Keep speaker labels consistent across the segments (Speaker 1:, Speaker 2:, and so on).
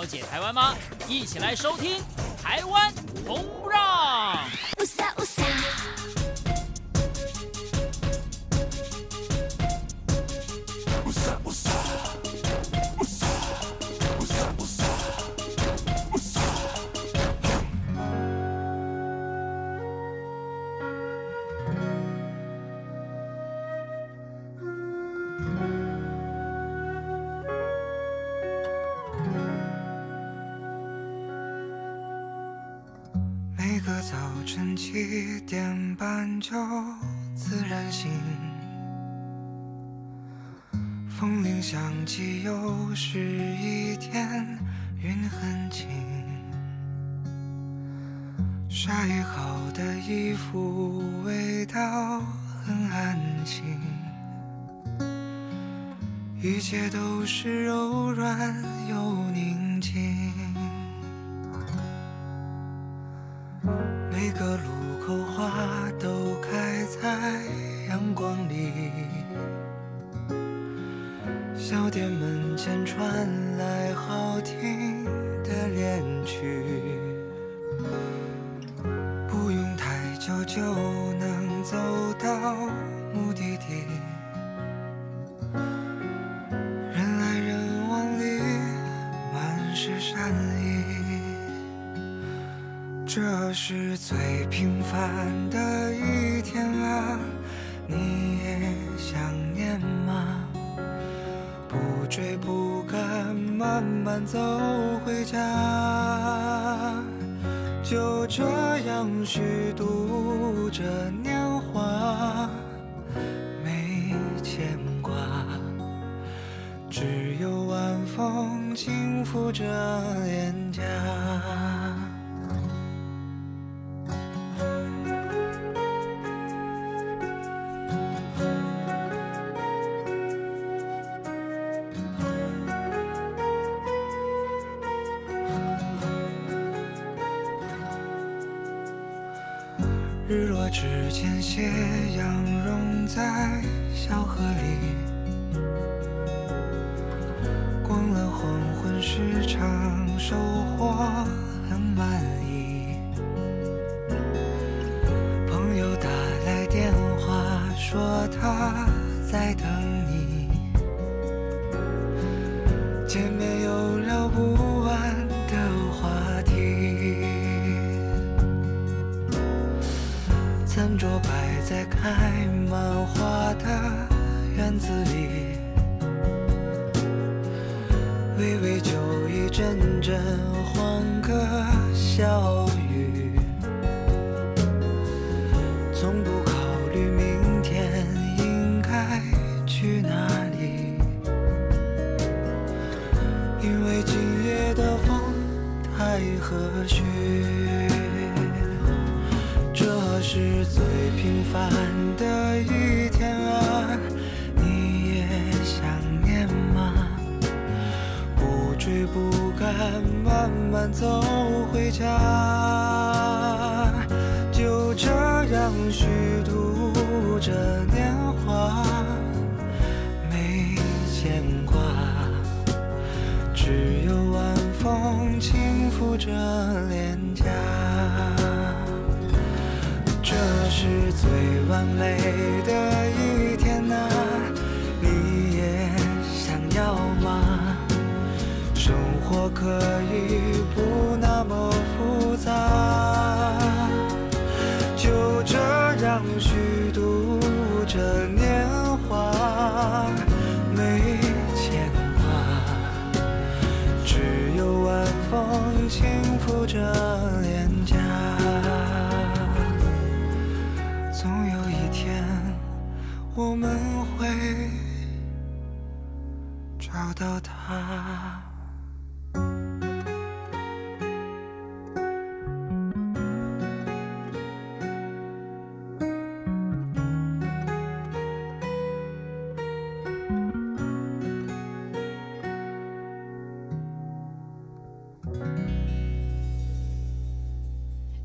Speaker 1: 解台湾吗？一起来收听《台湾同不让》。
Speaker 2: 每个早晨7点半就自然醒，风铃响起，又是一天，云很轻，晒好的衣服味道很安心，一切都是柔软又宁静。每个路口花都开在阳光里，小店门前传来好听的恋曲，不用太久就能走到目的地，人来人往里满是善意。这是最平凡的一天啊，你也想念吗？不追不赶，慢慢走回家，就这样虚度着年华，没牵挂，只有晚风轻拂着脸颊。日落之前，斜阳融在小河里，逛了黄昏市场，收获很满意。朋友打来电话说他在等你，见面有聊不完的话题。餐桌摆在开满花的院子里，微微酒意，阵阵欢歌笑语，从不考虑明天应该去哪里，因为今夜的风太和煦。这是最平凡的一天啊，你也想念吗？不追不赶，慢慢走回家，就这样虚度着年华，没牵挂，只有晚风轻拂着脸颊。这是最完美的一天啊，你也想要吗？生活可以不那么复杂，就这样虚度着年华，没牵挂，只有晚风轻拂着脸颊。总有一天，我们会找到他。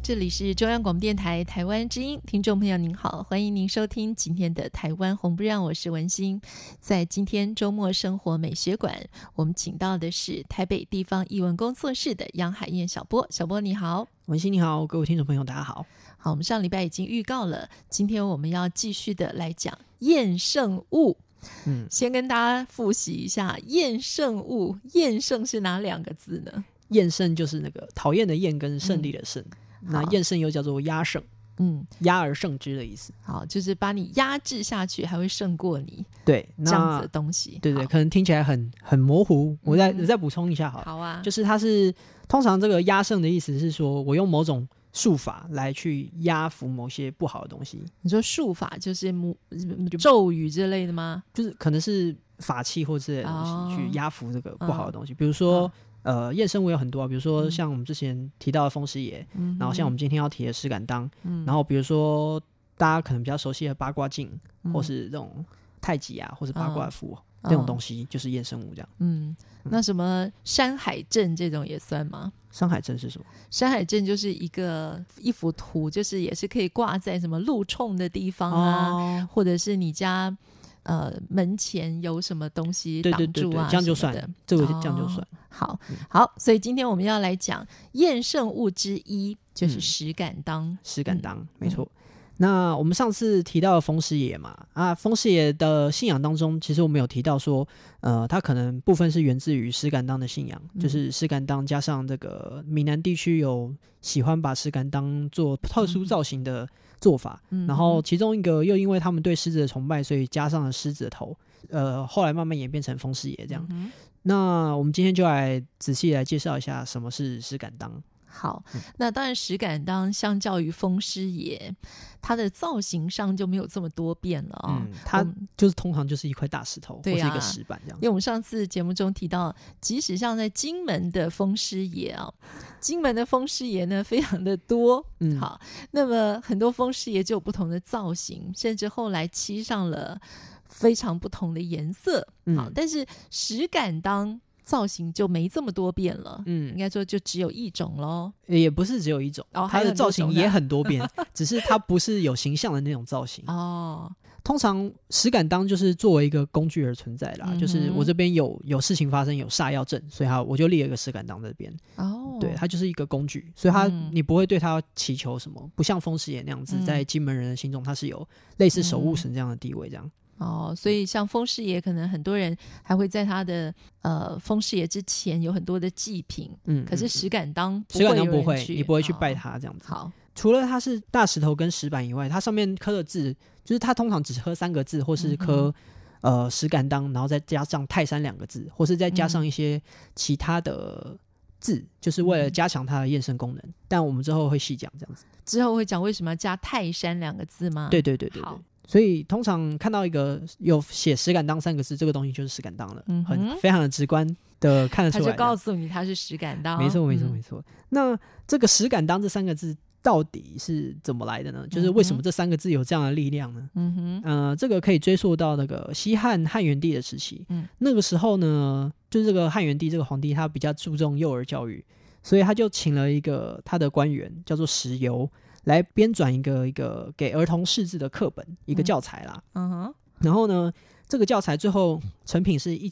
Speaker 3: 这里是中央广播电台台湾之音，听众朋友您好，欢迎您收听今天的台湾红不让，我是文心。在今天周末生活美学馆，我们请到的是台北地方艺文工作室的杨海燕小波。小波你好。
Speaker 4: 文心你好，各位听众朋友大家好。
Speaker 3: 好，我们上礼拜已经预告了，今天我们要继续的来讲厌胜物。先跟大家复习一下厌胜物，厌胜是哪两个字呢？
Speaker 4: 厌胜就是那个讨厌的厌跟胜利的胜，那厌胜又叫做压胜，压而胜之的意思。
Speaker 3: 好，就是把你压制下去，还会胜过你，
Speaker 4: 对，
Speaker 3: 这样子的东西。
Speaker 4: 对对，可能听起来很模糊，我再补充一下好了。
Speaker 3: 好啊，
Speaker 4: 就是它是通常这个压胜的意思是说，我用某种术法来去压服某些不好的东西。
Speaker 3: 你说术法就是咒语之类的吗？
Speaker 4: 就是可能是法器或之类的东西，去压服这个不好的东西。比如说厌胜物有很多，比如说像我们之前提到的风师爷，然后像我们今天要提的石敢当，然后比如说大家可能比较熟悉的八卦镜，或是这种太极啊，或是八卦符，这种东西就是厌胜物这样。
Speaker 3: 那什么山海阵这种也算吗？
Speaker 4: 山海阵是什么？
Speaker 3: 山海阵就是一幅图，就是也是可以挂在什么路冲的地方啊，或者是你家门前有什么东西挡住啊，
Speaker 4: 这样就算，这个这样就算。
Speaker 3: 好，所以今天我们要来讲厌胜物之一，就是石敢当。
Speaker 4: 石敢当，没错。那我们上次提到的风师爷嘛，风师爷的信仰当中，其实我们有提到说，他可能部分是源自于石敢当的信仰，就是石敢当加上这个闽南地区有喜欢把石敢当做特殊造型的做法，然后其中一个又因为他们对狮子的崇拜，所以加上了狮子的头，后来慢慢演变成风师爷这样。那我们今天就来仔细来介绍一下什么是石敢当。
Speaker 3: 好，那当然石敢当相较于风师爷，它的造型上就没有这么多变了啊。
Speaker 4: 它就是通常就是一块大石头，或是一个石板这样。
Speaker 3: 因为我们上次节目中提到，即使像在金门的风师爷啊，金门的风师爷呢非常的多，好，那么很多风师爷就有不同的造型，甚至后来漆上了非常不同的颜色。好，但是石敢当造型就没这么多变了，应该说就只有一种咯。
Speaker 4: 也不是只有一种，它的造型也很多变，只是它不是有形象的那种造型。通常石敢当就是作为一个工具而存在啦，就是我这边有事情发生，有煞要阵，所以我就立了一个石敢当这边。对，它就是一个工具，所以你不会对它祈求什么，不像风师爷那样子，在金门人的心中，它是有类似守护神这样的地位这样。
Speaker 3: 所以像风师爷，可能很多人还会在他的风师爷之前有很多的祭品，可是石敢当不会，
Speaker 4: 你不会去拜他这样子。
Speaker 3: 好，
Speaker 4: 除了它是大石头跟石板以外，它上面刻的字，就是它通常只刻3个字，或是刻石敢当，然后再加上泰山2个字，或是再加上一些其他的字，就是为了加强它的验证功能。但我们之后会细讲这样子。
Speaker 3: 之后会讲为什么要加泰山2个字吗？
Speaker 4: 对。好。所以通常看到一个有写石敢当3个字，这个东西就是石敢当了，非常的直观的看得出来，
Speaker 3: 他就告诉你它是石敢当。
Speaker 4: 没错。那这个石敢当这3个字到底是怎么来的呢？就是为什么这3个字有这样的力量呢？这个可以追溯到那个西汉汉元帝的时期。那个时候呢，就是这个汉元帝这个皇帝他比较注重幼儿教育，所以他就请了一个他的官员叫做石游，来编纂一个给儿童识字的课本，一个教材啦。然后呢，这个教材最后成品是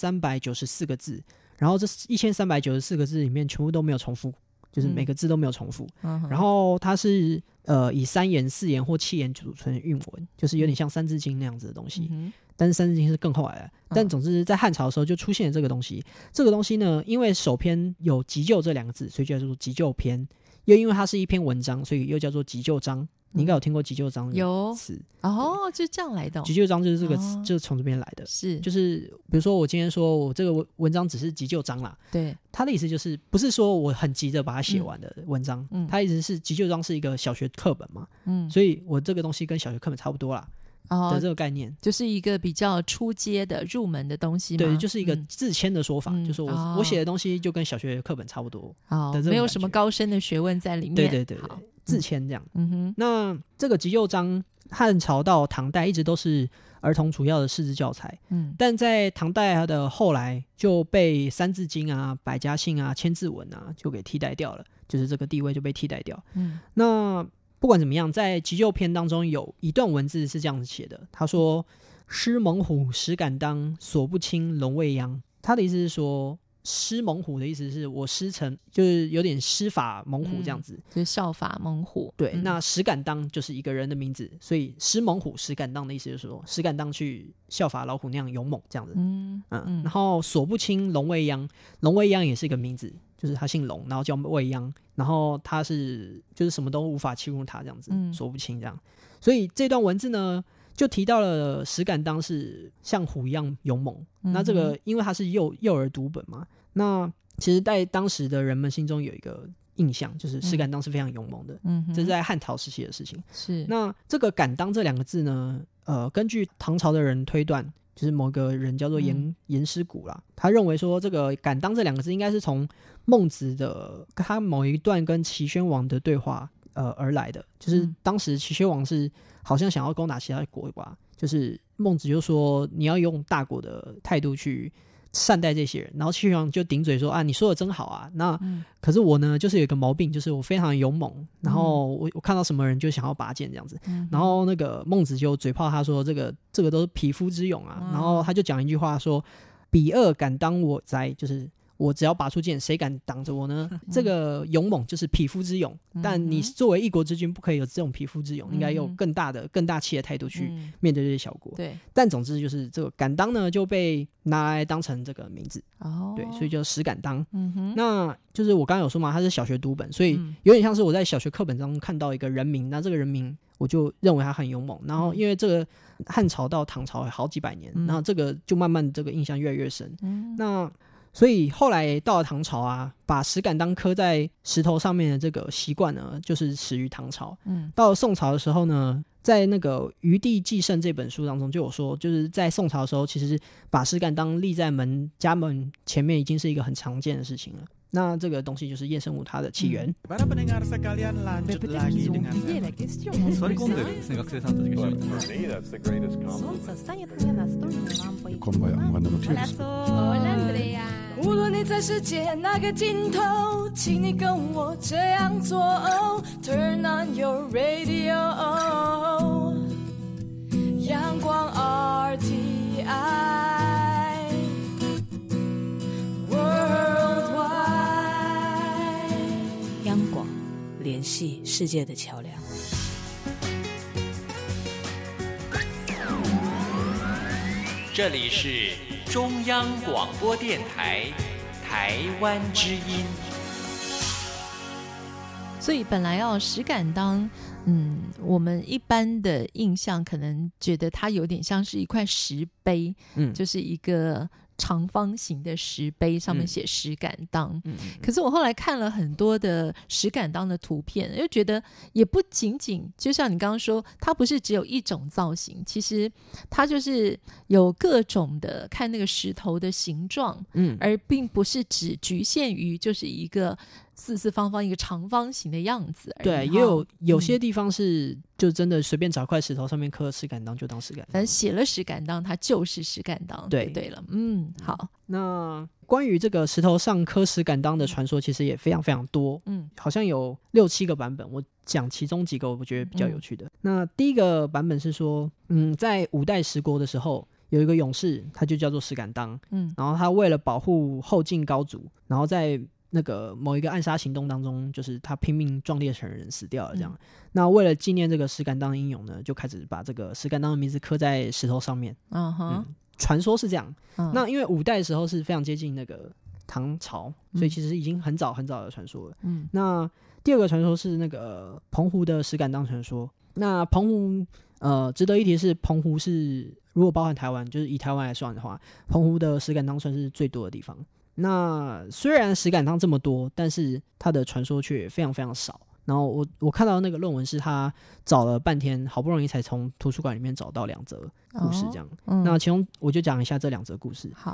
Speaker 4: 1394个字，然后这1394个字里面全部都没有重复，就是每个字都没有重复。然后它是以3言、4言或7言组成的韵文，就是有点像三字经那样子的东西。但是三字经是更后来的。但总之在汉朝的时候就出现了这个东西。这个东西呢，因为首篇有急救这2个字，所以就叫做急救篇。又因为它是一篇文章，所以又叫做急救章。你应该有听过急救章的词。
Speaker 3: 有就这样来的。
Speaker 4: 急救章就是这个词，就是从这边来的。就是比如说我今天说我这个文章只是急救章啦，对，它的意思就是不是说我很急着把它写完的文章，它的意思是急救章是一个小学课本嘛，所以我这个东西跟小学课本差不多啦。的这个概念，
Speaker 3: 就是一个比较初阶的入门的东西嘛。
Speaker 4: 对，就是一个自谦的说法，就是我写的东西就跟小学课本差不多的这种感觉，
Speaker 3: 没有什么高深的学问在里面。
Speaker 4: 对。 自谦这样。那这个急救章汉朝到唐代一直都是儿童主要的识字教材，但在唐代的后来就被三字经啊、百家姓啊、千字文啊就给替代掉了，就是这个地位就被替代掉。那不管怎么样，在急救篇当中有一段文字是这样子写的，他说：“狮猛虎，实敢当，所不轻，龙未央。”他的意思是说，狮猛虎的意思是我师承，就是有点师法猛虎这样子，
Speaker 3: 就是效法猛虎。
Speaker 4: 对，那实敢当就是一个人的名字，所以狮猛虎实敢当的意思就是说，实敢当去效法老虎那样勇猛这样子。然后所不轻，龙未央，龙未央也是一个名字，就是他姓龙，然后叫未央，然后他是就是什么都无法欺负他这样子，所不轻这样。所以这段文字呢，就提到了实敢当是像虎一样勇猛。那这个因为它是幼儿读本嘛，那其实在当时的人们心中有一个印象，就是实敢当是非常勇猛的。这是在汉朝时期的事情。是那这个敢当这两个字呢，根据唐朝的人推断，就是某个人叫做颜师古啦，他认为说这个敢当这两个字应该是从孟子的他某一段跟齐宣王的对话而来的，就是当时齐宣王是好像想要攻打其他国吧，就是孟子就说你要用大国的态度去善待这些人，然后齐宣王就顶嘴说啊，你说的真好啊，那可是我呢就是有一个毛病，就是我非常勇猛，然后我看到什么人就想要拔剑这样子，然后那个孟子就嘴炮他说这个都是匹夫之勇啊，然后他就讲一句话说，彼二敢当我哉，就是我只要拔出剑，谁敢挡着我呢？这个勇猛就是匹夫之勇，但你作为一国之君，不可以有这种匹夫之勇，应该有更大气的态度去面对这些小国。对，但总之就是这个敢当呢，就被拿来当成这个名字。对，所以就实敢当。那就是我刚刚有说嘛，它是小学读本，所以有点像是我在小学课本当中看到一个人名，那这个人名我就认为他很勇猛。然后因为这个汉朝到唐朝好几百年，然后这个就慢慢这个印象越来越深。那所以后来到了唐朝啊，把石敢当刻在石头上面的这个习惯呢，就是始于唐朝。到了宋朝的时候呢，在那个《余地纪胜》这本书当中就有说，就是在宋朝的时候，其实把石敢当立在家门前面已经是一个很常见的事情了。那这个东西就是夜生舞它的起源。
Speaker 5: 无论你在世界哪个尽头，请你跟我这样做 Turn on your radio 阳光 RTI Worldwide 央广联系世界的桥梁。
Speaker 1: 这里是中央广播电台台湾之音。
Speaker 3: 所以本来石敢当我们一般的印象可能觉得它有点像是一块石碑，就是一个长方形的石碑，上面写石敢当。可是我后来看了很多的石敢当的图片，又觉得也不仅仅就像你刚刚说，它不是只有一种造型，其实它就是有各种的看那个石头的形状，而并不是只局限于就是一个四四方方一个长方形的样子而已。
Speaker 4: 对，也有些地方是就真的随便找块石头上面刻石敢当就当石敢当，
Speaker 3: 反正写了石敢当它就是石敢当。对了，好。
Speaker 4: 那关于这个石头上刻石敢当的传说其实也非常非常多，好像有6-7个版本，我讲其中几个我觉得比较有趣的。那第一个版本是说在5代十国的时候有一个勇士，他就叫做石敢当，然后他为了保护后晋高祖，然后在那个某一个暗杀行动当中，就是他拼命壮烈成人死掉了这样。那为了纪念这个石敢当的英勇呢，就开始把这个石敢当的名字刻在石头上面。传说是这样。那因为5代的时候是非常接近那个唐朝，所以其实已经很早很早的传说了。那第二个传说是那个澎湖的石敢当传说。那澎湖值得一提是，澎湖是如果包含台湾，就是以台湾来算的话，澎湖的石敢当算是最多的地方。那虽然石敢当这么多，但是它的传说却非常非常少。然后我看到那个论文是他找了半天，好不容易才从图书馆里面找到2则故事这样。那其中我就讲一下这2则故事。
Speaker 3: 好，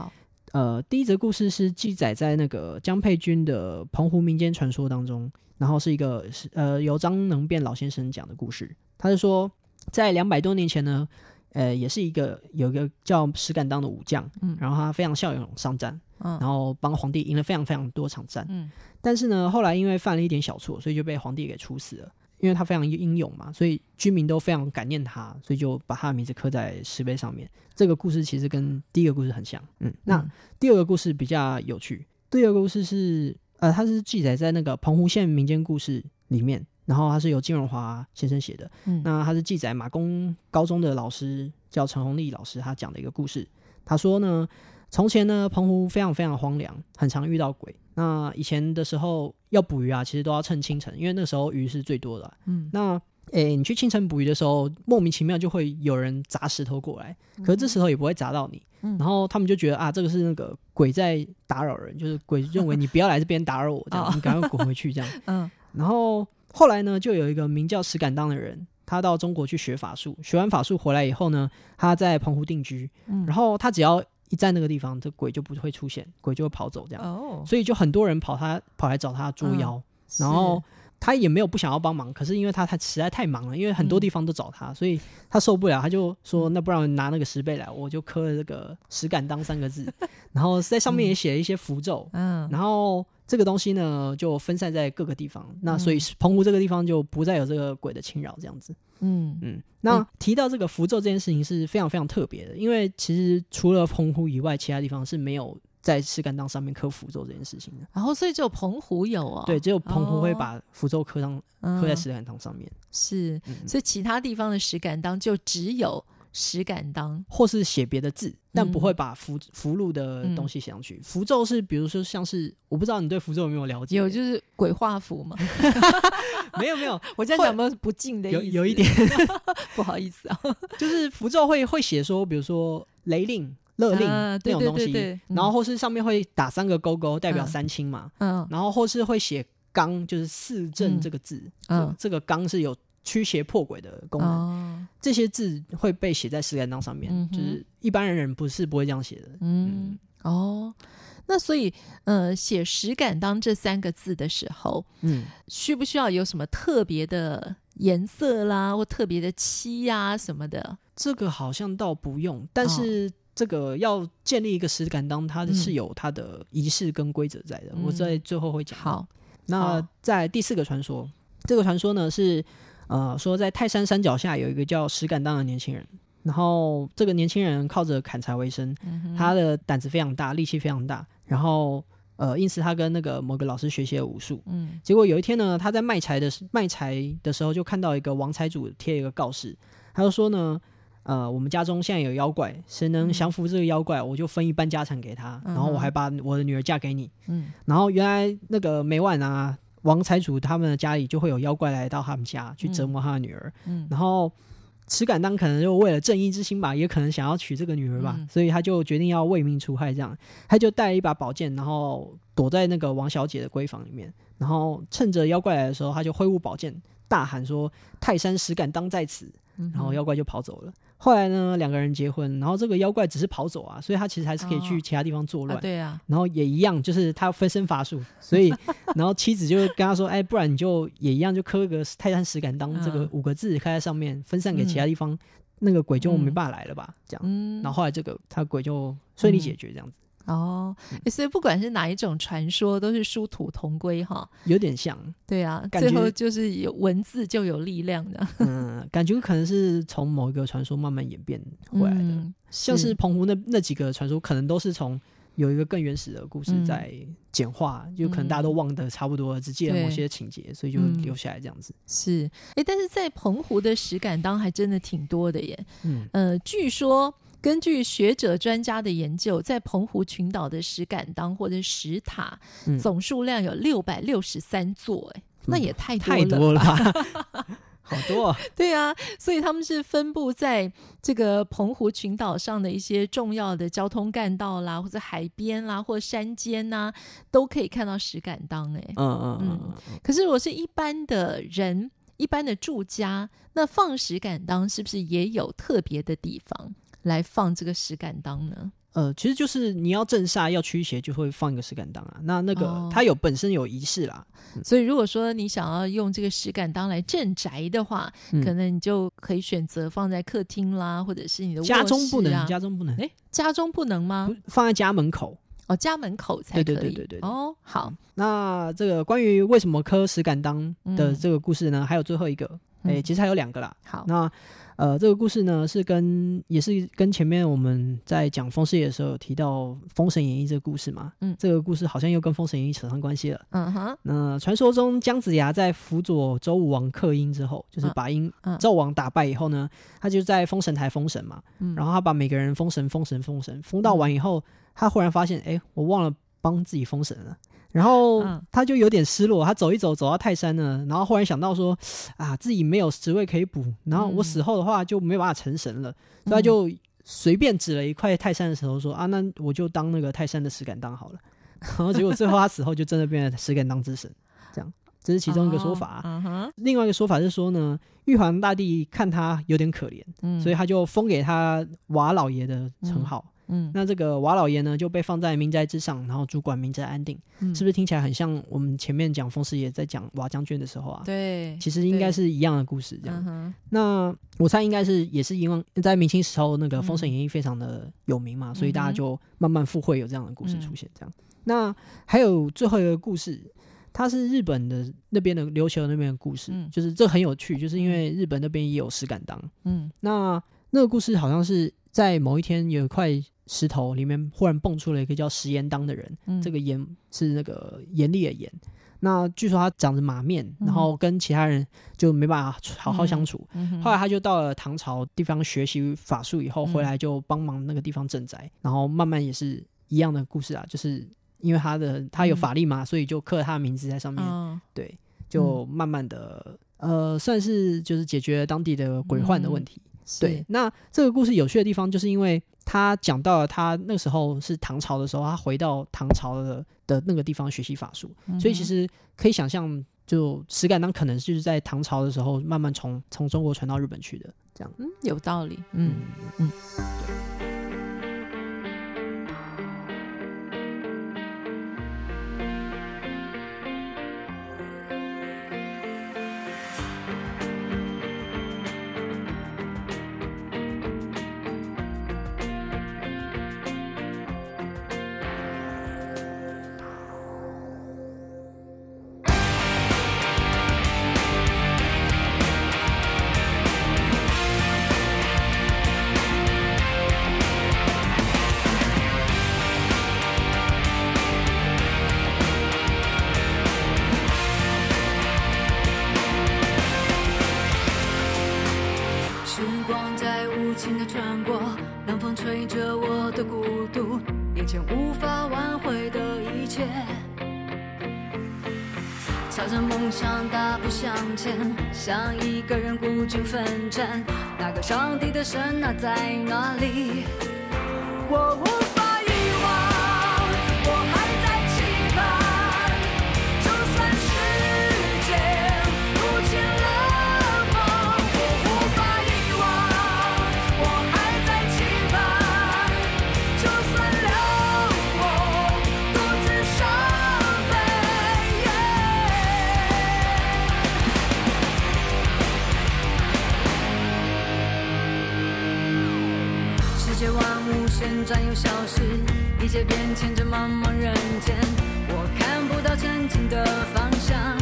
Speaker 4: 第一则故事是记载在那个江佩君的澎湖民间传说当中，然后是一个由张能变老先生讲的故事。他是说在200多年前呢，也是有一个叫石敢当的武将，然后他非常骁勇上战，然后帮皇帝赢了非常非常多场战，但是呢后来因为犯了一点小错，所以就被皇帝给处死了。因为他非常英勇嘛，所以居民都非常感念他，所以就把他的名字刻在石碑上面。这个故事其实跟第一个故事很像。那第二个故事比较有趣。第二个故事是它是记载在那个澎湖县民间故事里面，然后它是由金荣华先生写的。那它是记载马公高中的老师叫陈宏立老师他讲的一个故事。他说呢，从前呢澎湖非常非常荒凉，很常遇到鬼。那以前的时候要捕鱼啊，其实都要趁清晨，因为那个时候鱼是最多的。那你去清晨捕鱼的时候，莫名其妙就会有人砸石头过来，可是这石头也不会砸到你。然后他们就觉得这个是那个鬼在打扰人，就是鬼认为你不要来这边打扰我，这样你赶快滚回去这样。然后后来呢，就有一个名叫石敢当的人，他到中国去学法术，学完法术回来以后呢，他在澎湖定居。然后他只要一在那个地方，这鬼就不会出现，鬼就会跑走这样。所以就很多人跑来找他捉妖。然后他也没有不想要帮忙，可是因为他实在太忙了，因为很多地方都找他，所以他受不了，他就说那不然拿那个石碑来，我就刻了这个石敢当3个字，然后在上面也写了一些符咒。然后这个东西呢就分散在各个地方，那所以澎湖这个地方就不再有这个鬼的侵扰这样子。那提到这个符咒这件事情是非常非常特别的，因为其实除了澎湖以外，其他地方是没有在石敢当上面刻符咒这件事情的。
Speaker 3: 然后所以只有澎湖有
Speaker 4: 对，只有澎湖会把符咒刻在石敢当上面。
Speaker 3: 是，所以其他地方的石敢当就只有石敢当，
Speaker 4: 或是写别的字，但不会把符箓的东西写上去。符咒是比如说像是，我不知道你对符咒有没有了解？
Speaker 3: 有，就是鬼画符嘛。
Speaker 4: 没有，
Speaker 3: 我这样讲有没有不敬的意思？
Speaker 4: 有一点
Speaker 3: 不好意思啊。
Speaker 4: 就是符咒会写说，比如说雷令、勒令那种东西，对，然后或是上面会打3个勾勾，代表3清嘛。然后或是会写刚，就是四正这个字，这个刚是有驱邪破鬼的功能。这些字会被写在石敢当上面，就是一般人不会这样写的。
Speaker 3: 那所以写石敢当这3个字的时候，需不需要有什么特别的颜色啦，或特别的漆啊什么的？
Speaker 4: 这个好像倒不用，但是这个要建立一个石敢当，它是有它的仪式跟规则在的。我在最后会讲。好，那在第4个传说，这个传说呢是说在泰山山脚下有一个叫石敢当的年轻人，然后这个年轻人靠着砍柴为生，他的胆子非常大，力气非常大，然后因此他跟那个某个老师学习了武术。结果有一天呢，他在卖柴的时候就看到一个王财主贴一个告示，他就说呢我们家中现在有妖怪，谁能降服这个妖怪，我就分一半家产给他，然后我还把我的女儿嫁给你。然后原来那个每晚啊，王财主他们的家里就会有妖怪来到他们家去折磨他的女儿。然后石敢当可能就为了正义之心吧，也可能想要娶这个女儿吧，所以他就决定要为民除害，这样他就带了一把宝剑，然后躲在那个王小姐的闺房里面，然后趁着妖怪来的时候，他就挥舞宝剑大喊说泰山石敢当在此，然后妖怪就跑走了。后来呢，2个人结婚，然后这个妖怪只是跑走啊，所以他其实还是可以去其他地方作乱。
Speaker 3: 对啊，
Speaker 4: 然后也一样，就是他分身乏术，所以然后妻子就跟他说不然你就也一样，就刻个泰山石敢当这个5个字刻在上面，分散给其他地方，那个鬼就没办法来了吧，这样。然后后来这个他鬼就顺利解决这样子。
Speaker 3: 所以不管是哪一种传说都是殊途同归哈，
Speaker 4: 有点像。对
Speaker 3: 啊，最后就是有文字就有力量的。
Speaker 4: 感觉可能是从某一个传说慢慢演变回来的。像是澎湖那几个传说可能都是从有一个更原始的故事在简化，就可能大家都忘得差不多了，只记得某些情节，所以就留下来这样子。
Speaker 3: 是，但是在澎湖的石敢当还真的挺多的耶。据说根据学者专家的研究，在澎湖群岛的石敢当或者石塔，总数量有663座，那也太多了吧。
Speaker 4: 好多。
Speaker 3: 对啊，所以他们是分布在这个澎湖群岛上的一些重要的交通干道啦，或者海边啦，或者山间啊，都可以看到石敢当。可是如果是一般的人，一般的住家，那放石敢当是不是也有特别的地方来放这个石敢当呢？
Speaker 4: 其实就是你要镇煞要驱邪就会放一个石敢当啊，那个它本身有仪式啦，
Speaker 3: 所以如果说你想要用这个石敢当来镇宅的话，可能你就可以选择放在客厅啦，或者是你的卧室啊。
Speaker 4: 家中不能，家中不能。
Speaker 3: 家中不能吗？
Speaker 4: 放在家门口。
Speaker 3: 家门口才可以。
Speaker 4: 对。
Speaker 3: 好。那
Speaker 4: 这个关于为什么刻石敢当的这个故事呢，还有最后一个，其实还有2个啦。
Speaker 3: 好，
Speaker 4: 那这个故事呢也是跟前面我们在讲风师爷的时候有提到《封神演义》这个故事嘛。这个故事好像又跟《封神演义》扯上关系了。那传说中姜子牙在辅佐周武王克殷之后，就是把纣王打败以后呢，他就在封神台封神嘛。然后他把每个人封神，封到完以后，他忽然发现，我忘了帮自己封神了。然后他就有点失落，他走一走到泰山了，然后忽然想到说自己没有职位可以补，然后我死后的话就没有办法成神了，所以他就随便指了一块泰山的石头说那我就当那个泰山的石敢当好了。然后结果最后他死后就真的变成石敢当之神，这样，这是其中一个说法。另外一个说法是说呢，玉皇大帝看他有点可怜，所以他就封给他瓦老爷的称号。那这个瓦老爷呢就被放在民宅之上，然后主管民宅安定。是不是听起来很像我们前面讲风师爷在讲瓦将军的时候啊？
Speaker 3: 对，
Speaker 4: 其实应该是一样的故事这样。那我猜应该也是因为在明清时候那个《封神演义》非常的有名嘛，所以大家就慢慢附会有这样的故事出现这样。那还有最后一个故事，它是日本的那边的琉球那边的故事，就是这很有趣，就是因为日本那边也有石敢当。那个故事好像是在某一天有一块石头里面忽然蹦出了一个叫石岩当的人，这个岩是那个严厉的严。那据说他长着马面，然后跟其他人就没办法好好相处。后来他就到了唐朝地方学习法术以后，回来就帮忙那个地方镇宅，然后慢慢也是一样的故事啊，就是因为他有法力嘛，所以就刻了他的名字在上面。对，就慢慢的算是就是解决了当地的鬼患的问题。对，那这个故事有趣的地方就是因为他讲到了他那时候是唐朝的时候，他回到唐朝的那个地方学习法术，所以其实可以想象，就石敢当可能就是在唐朝的时候慢慢从中国传到日本去的，这样。
Speaker 3: 有道理。对。
Speaker 5: 朝着梦想大步向前，像一个人孤军奋战。那个上帝的神啊，在哪里？我无法遗忘，我还在期盼。就算时间不见了梦，我无法遗忘，我还在期盼。就算留我独自伤悲。世界万物旋转又消失，一切变迁着茫茫人间，我看不到前进的方向，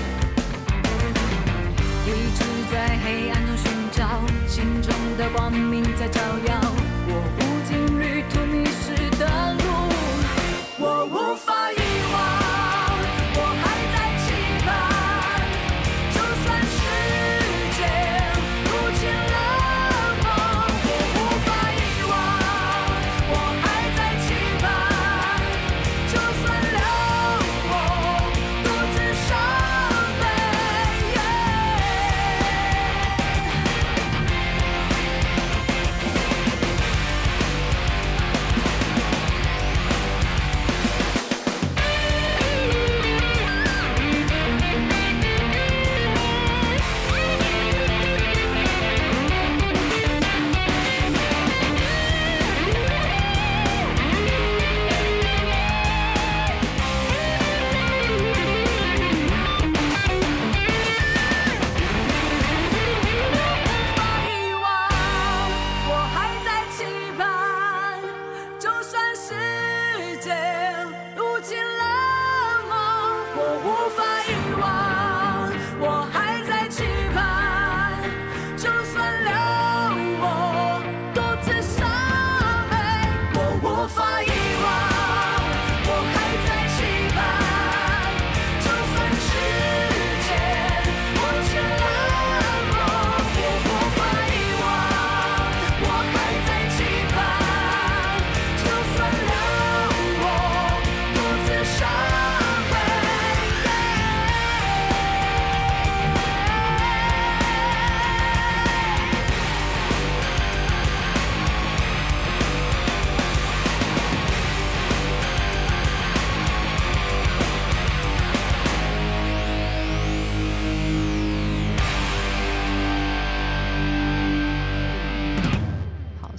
Speaker 5: 一直在黑暗中寻找，心中的光明在照耀，我无尽旅途迷失的路，我无法遗忘，我还在期盼，就算时间不见了梦，我无法遗忘，我还在期盼，就算留我独自伤悲。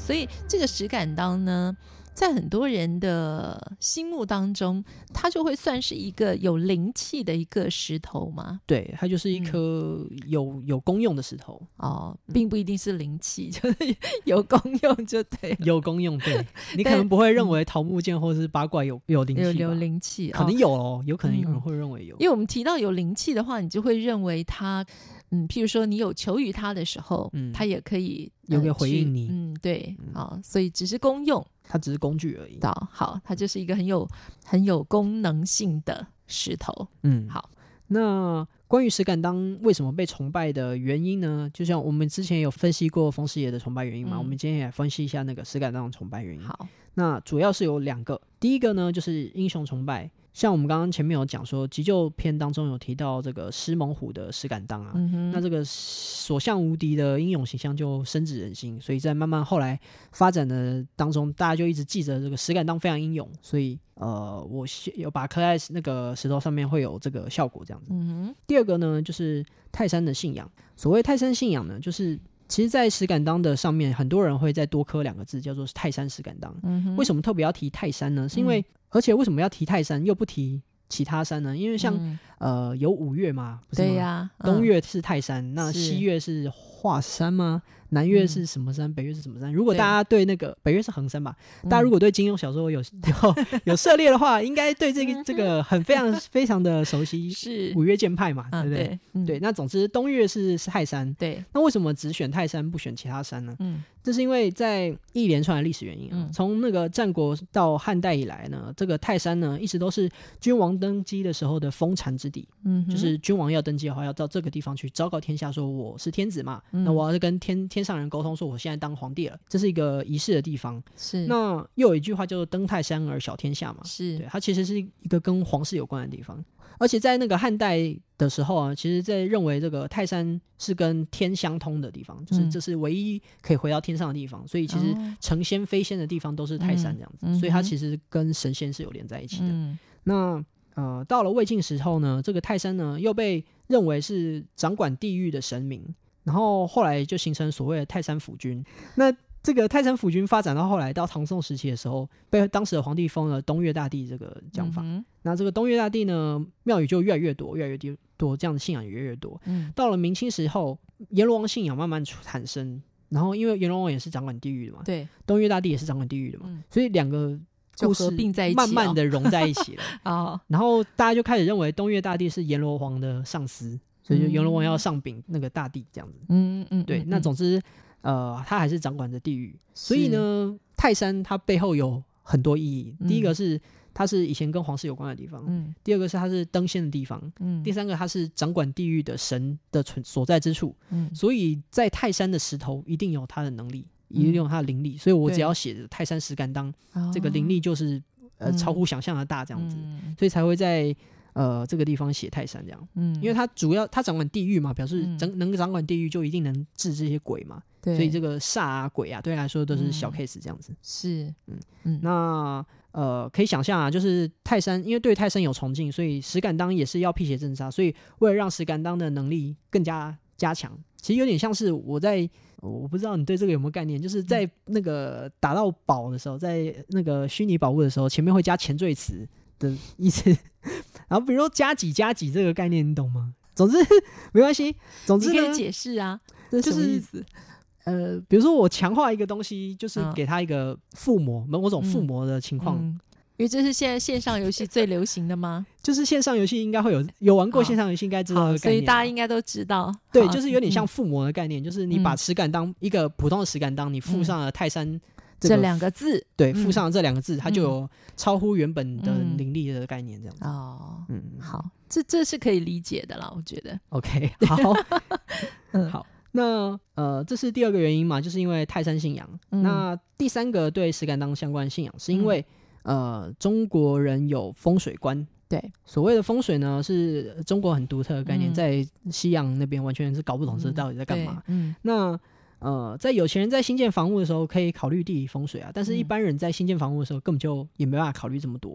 Speaker 3: 所以这个石敢当呢，在很多人的心目当中，它就会算是一个有灵气的一个石头吗？
Speaker 4: 对，它就是一颗有功用的石头
Speaker 3: 哦，并不一定是灵气，就是有功用就对了。
Speaker 4: 有功用，对，你可能不会认为桃木剑或是八卦有灵气吧，
Speaker 3: 有灵气，
Speaker 4: 可能有哦，有可能有人会认为有，
Speaker 3: 因为我们提到有灵气的话，你就会认为它，譬如说你有求于它的时候，它也可以
Speaker 4: 有个回应你，
Speaker 3: 对，所以只是功用。
Speaker 4: 它只是工具而已。
Speaker 3: 好，它就是一个很有功能性的石头。好。
Speaker 4: 那关于石敢当为什么被崇拜的原因呢？就像我们之前有分析过风师爷的崇拜原因嘛，我们今天也分析一下那个石敢当的崇拜原因。
Speaker 3: 好，
Speaker 4: 那主要是有2个，第一个呢就是英雄崇拜。像我们刚刚前面有讲说急救篇当中有提到这个狮猛虎的石敢当啊，那这个所向无敌的英勇形象就深植人心，所以在慢慢后来发展的当中，大家就一直记着这个石敢当非常英勇，所以我有把它刻在那个石头上面会有这个效果这样子。第二个呢就是泰山的信仰。所谓泰山信仰呢，就是其实在石敢当的上面很多人会再多刻2个字叫做泰山石敢当。为什么特别要提泰山呢？是因为而且为什么要提泰山又不提其他山呢？因为像有5岳嘛，不是吗？对呀，东岳是泰山，那西岳是华山吗？南岳是什么山？北岳是什么山？如果大家对那个北岳是衡山吧，大家如果对金庸小说有涉猎的话，应该对这个很非常的熟悉，是5岳剑派嘛，对不对？对，那总之东岳是泰山，对，那为什么只选泰山不选其他山呢？这是因为在一连串的历史原因从那个战国到汉代以来呢，这个泰山呢一直都是君王登基的时候的封禅之地。就是君王要登基的话，要到这个地方去昭告天下，说我是天子嘛，那我要跟天上人沟通，说我现在当皇帝了，这是一个仪式的地方。是，那又有一句话叫做登泰山而小天下嘛，是，对，它其实是一个跟皇室有关的地方。而且在那个汉代的时候啊，其实在认为这个泰山是跟天相通的地方，就是这是唯一可以回到天上的地方，所以其实成仙飞仙的地方都是泰山这样子，所以它其实跟神仙是有连在一起的。那到了魏晋时候呢，这个泰山呢又被认为是掌管地狱的神明，然后后来就形成所谓的泰山府君。那这个泰山府君发展到后来到唐宋时期的时候，被当时的皇帝封了东岳大帝这个讲法。那这个东岳大帝呢，庙宇就越来越多，这样的信仰也越来越多。到了明清时候，阎罗王信仰慢慢产生，然后因为阎罗王也是掌管地狱的嘛，对，东岳大帝也是掌管地狱的嘛，所以2个故事慢慢的融在一起了。然后大家就开始认为东岳大帝是阎罗王的上司，所以就阎罗王要上禀那个大帝这样子。对，那总之他还是掌管着地狱，所以呢泰山它背后有很多意义。第一个是它是以前跟皇室有关的地方，第二个是它是登仙的地方，第三个它是掌管地狱的神的所在之处，所以在泰山的石头一定有它的能力，一定有它的灵力，所以我只要写泰山石敢当，这个灵力就是超乎想象的大这样子，所以才会在这个地方写泰山这样。因为它掌管地狱嘛，表示能掌管地狱就一定能治这些鬼嘛，所以这个煞啊鬼啊对他来说都是小 case 这样子。是，那可以想象啊，就是泰山因为对泰山有崇敬，所以石敢当也是要辟邪镇煞，所以为了让石敢当的能力更加加强，其实有点像是我不知道你对这个有没有概念，就是在那个打到宝的时候，在那个虚拟宝物的时候，前面会加前缀词的意思。然后比如说加几这个概念你懂吗？总之没关系，总之呢你
Speaker 3: 可以解释啊，这是什么意思？
Speaker 4: 比如说我强化一个东西，就是给它一个附魔，某种附魔的情况。
Speaker 3: 因为这是现在线上游戏最流行的吗？
Speaker 4: 就是线上游戏应该会有玩过线上游戏应该知道的概念，
Speaker 3: 所以大家应该都知道。
Speaker 4: 对，就是有点像附魔的概念，就是你把石敢当一个普通的石敢当，你附上了泰山
Speaker 3: 这2个字，对，
Speaker 4: 附上了这2个字，它就有超乎原本的灵力的概念这样子。
Speaker 3: 好，这是可以理解的啦，我觉得。
Speaker 4: OK， 好，好。那这是第2个原因嘛，就是因为泰山信仰。那第3个对石敢当相关的信仰，是因为中国人有风水观。对，所谓的风水呢，是中国很独特的概念，在西洋那边完全是搞不懂这到底在干嘛。那在有钱人在新建房屋的时候可以考虑地理风水啊，但是一般人在新建房屋的时候根本就也没办法考虑这么多。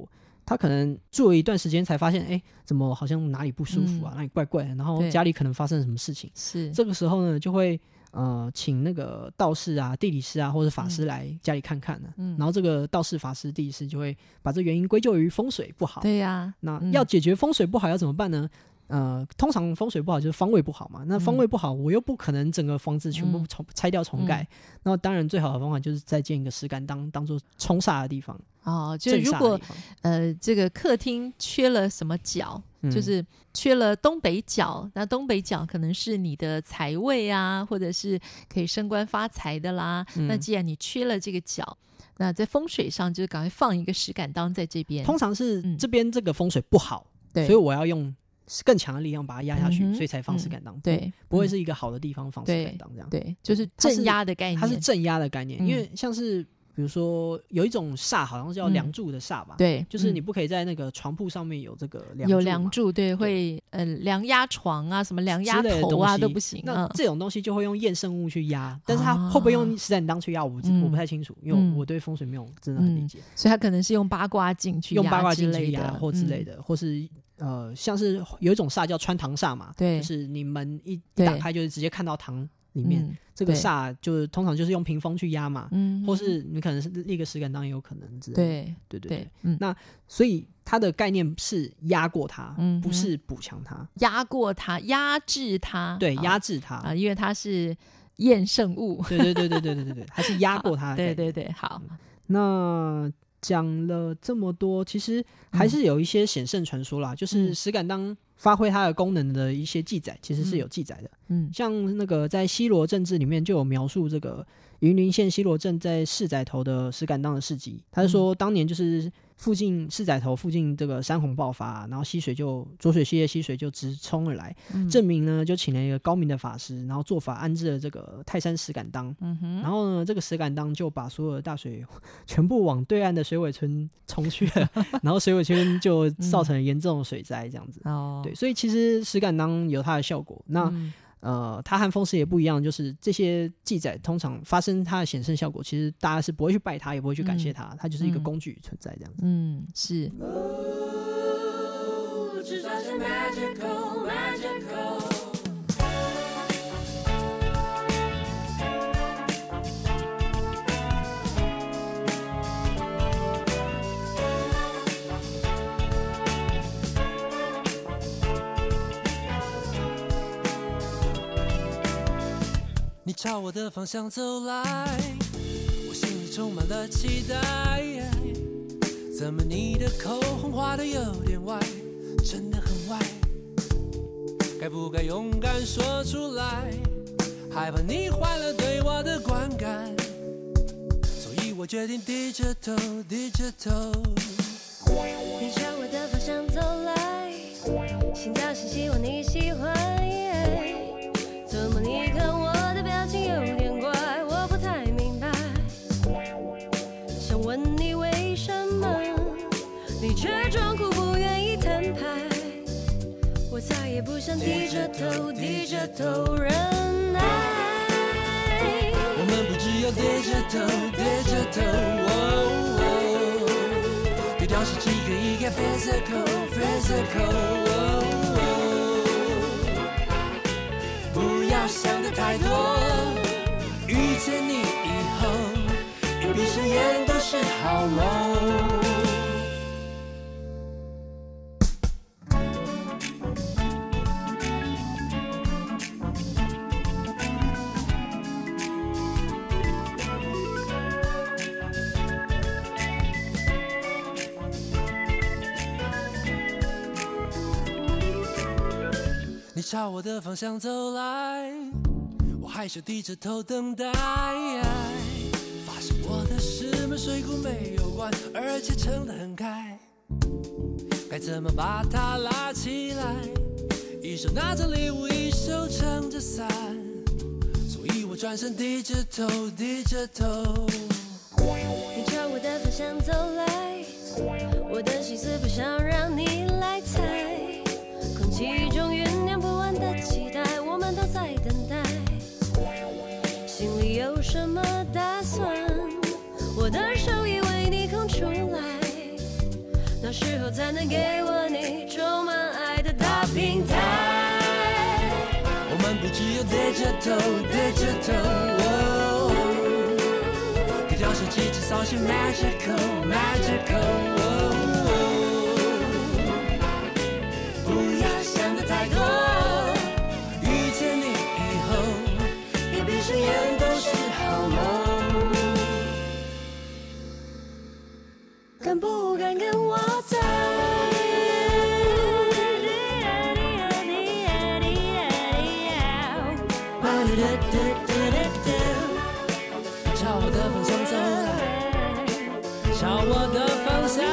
Speaker 4: 他可能住了一段时间才发现，怎么好像哪里不舒服啊，哪里怪怪的，然后家里可能发生了什么事情。
Speaker 3: 是
Speaker 4: 这个时候呢，就会请那个道士啊、地理师啊或者法师来家里看看呢。然后这个道士、法师、地理师就会把这原因归咎于风水不好。
Speaker 3: 对呀，
Speaker 4: 那要解决风水不好要怎么办呢？通常风水不好就是方位不好嘛，那方位不好，我又不可能整个房子全部拆掉重盖，那当然最好的方法就是再建一个石敢当做冲煞的地方。
Speaker 3: 就如果这个客厅缺了什么角，就是缺了东北角，那东北角可能是你的财位啊，或者是可以升官发财的啦。那既然你缺了这个角，那在风水上就赶快放一个石敢当在这边。
Speaker 4: 通常是这边这个风水不好，所以我要用更强的力量把它压下去，所以才放石敢当。对，不会是一个好的地方放石敢当这样。
Speaker 3: 对，就是镇压的概念。
Speaker 4: 它是镇压的概念，因为像是比如说有一种煞，好像是叫梁柱的煞吧？对，就是你不可以在那个床铺上面有这个梁柱。有梁柱，
Speaker 3: 对，会梁压床啊，什么梁压头啊都不行。
Speaker 4: 那这种东西就会用厌胜物去压，但是它会不会用石敢当去压，我不太清楚，因为我对风水没有真的很理解。
Speaker 3: 所以它可能是用八卦镜去压，
Speaker 4: 用八卦镜去压或之类的，或是。像是有一种煞叫穿堂煞嘛，对，就是你门一打开就是直接看到堂里面，这个煞就是通常就是用屏风去压嘛，或是你可能是立个石敢当也有可能之类的。对，那所以它的概念是压过它，不是补强它，
Speaker 3: 压过它，压制它，
Speaker 4: 对，压制它
Speaker 3: 啊，因为它是厌胜物，
Speaker 4: 对，还是压过它，
Speaker 3: 对，好，
Speaker 4: 那。讲了这么多，其实还是有一些显圣传说啦，就是石敢当发挥它的功能的一些记载，其实是有记载的。像那个在西罗镇志里面就有描述这个云林县西罗镇在市仔头的石敢当的事迹。他是说当年就是附近市仔头附近这个山洪爆发，然后浊水溪的溪水就直冲而来，证明呢就请了一个高明的法师，然后做法安置了这个泰山石敢当。然后呢这个石敢当就把所有的大水全部往对岸的水尾村冲去了，然后水尾村就造成了严重的水灾这样子。对，所以其实石敢当有它的效果。那它和风师也不一样，就是这些记载通常发生它的显圣效果，其实大家是不会去拜它，也不会去感谢它，它就是一个工具存在这样子。
Speaker 3: 是。
Speaker 6: 你朝我的方向走来，我心里充满了期待。怎么你的口红画得有点歪，真的很歪。该不该勇敢说出来，害怕你坏了对我的观感，所以我决定低着头，低着头。
Speaker 7: 你朝我的方向走来，心跳是希望你喜欢。怎么你看我的表情有点怪，我不太明白，想问你为什么你却装酷不愿意摊牌。我再也不想低着头，低着头忍耐。
Speaker 6: 我们不只有低着头，低着头，对调是几个一个 physical， 不要想得太多，遇见你以后，一闭上眼都是好梦。你朝我的方向走来，我害羞低着头等待，发现我的石门水库没有关，而且撑得很开，该怎么把它拉起来？一手拿着礼物，一手撑着伞，所以我转身低着头，低着头。
Speaker 7: 你朝我的方向走来，我的心思不想让你来猜，空气中酝酿不完的期待，我们都在等待，心里有什么打算？我的手已为你空出来，那时候才能给我你充满爱的大平台。
Speaker 6: 我们不只有对着头，对着头，可调手机制造些 magical， 不要想得太多，遇见你以后，也闭上眼都是好梦。
Speaker 7: 敢不敢跟我走？
Speaker 6: 朝我的方向走来，朝我的方向，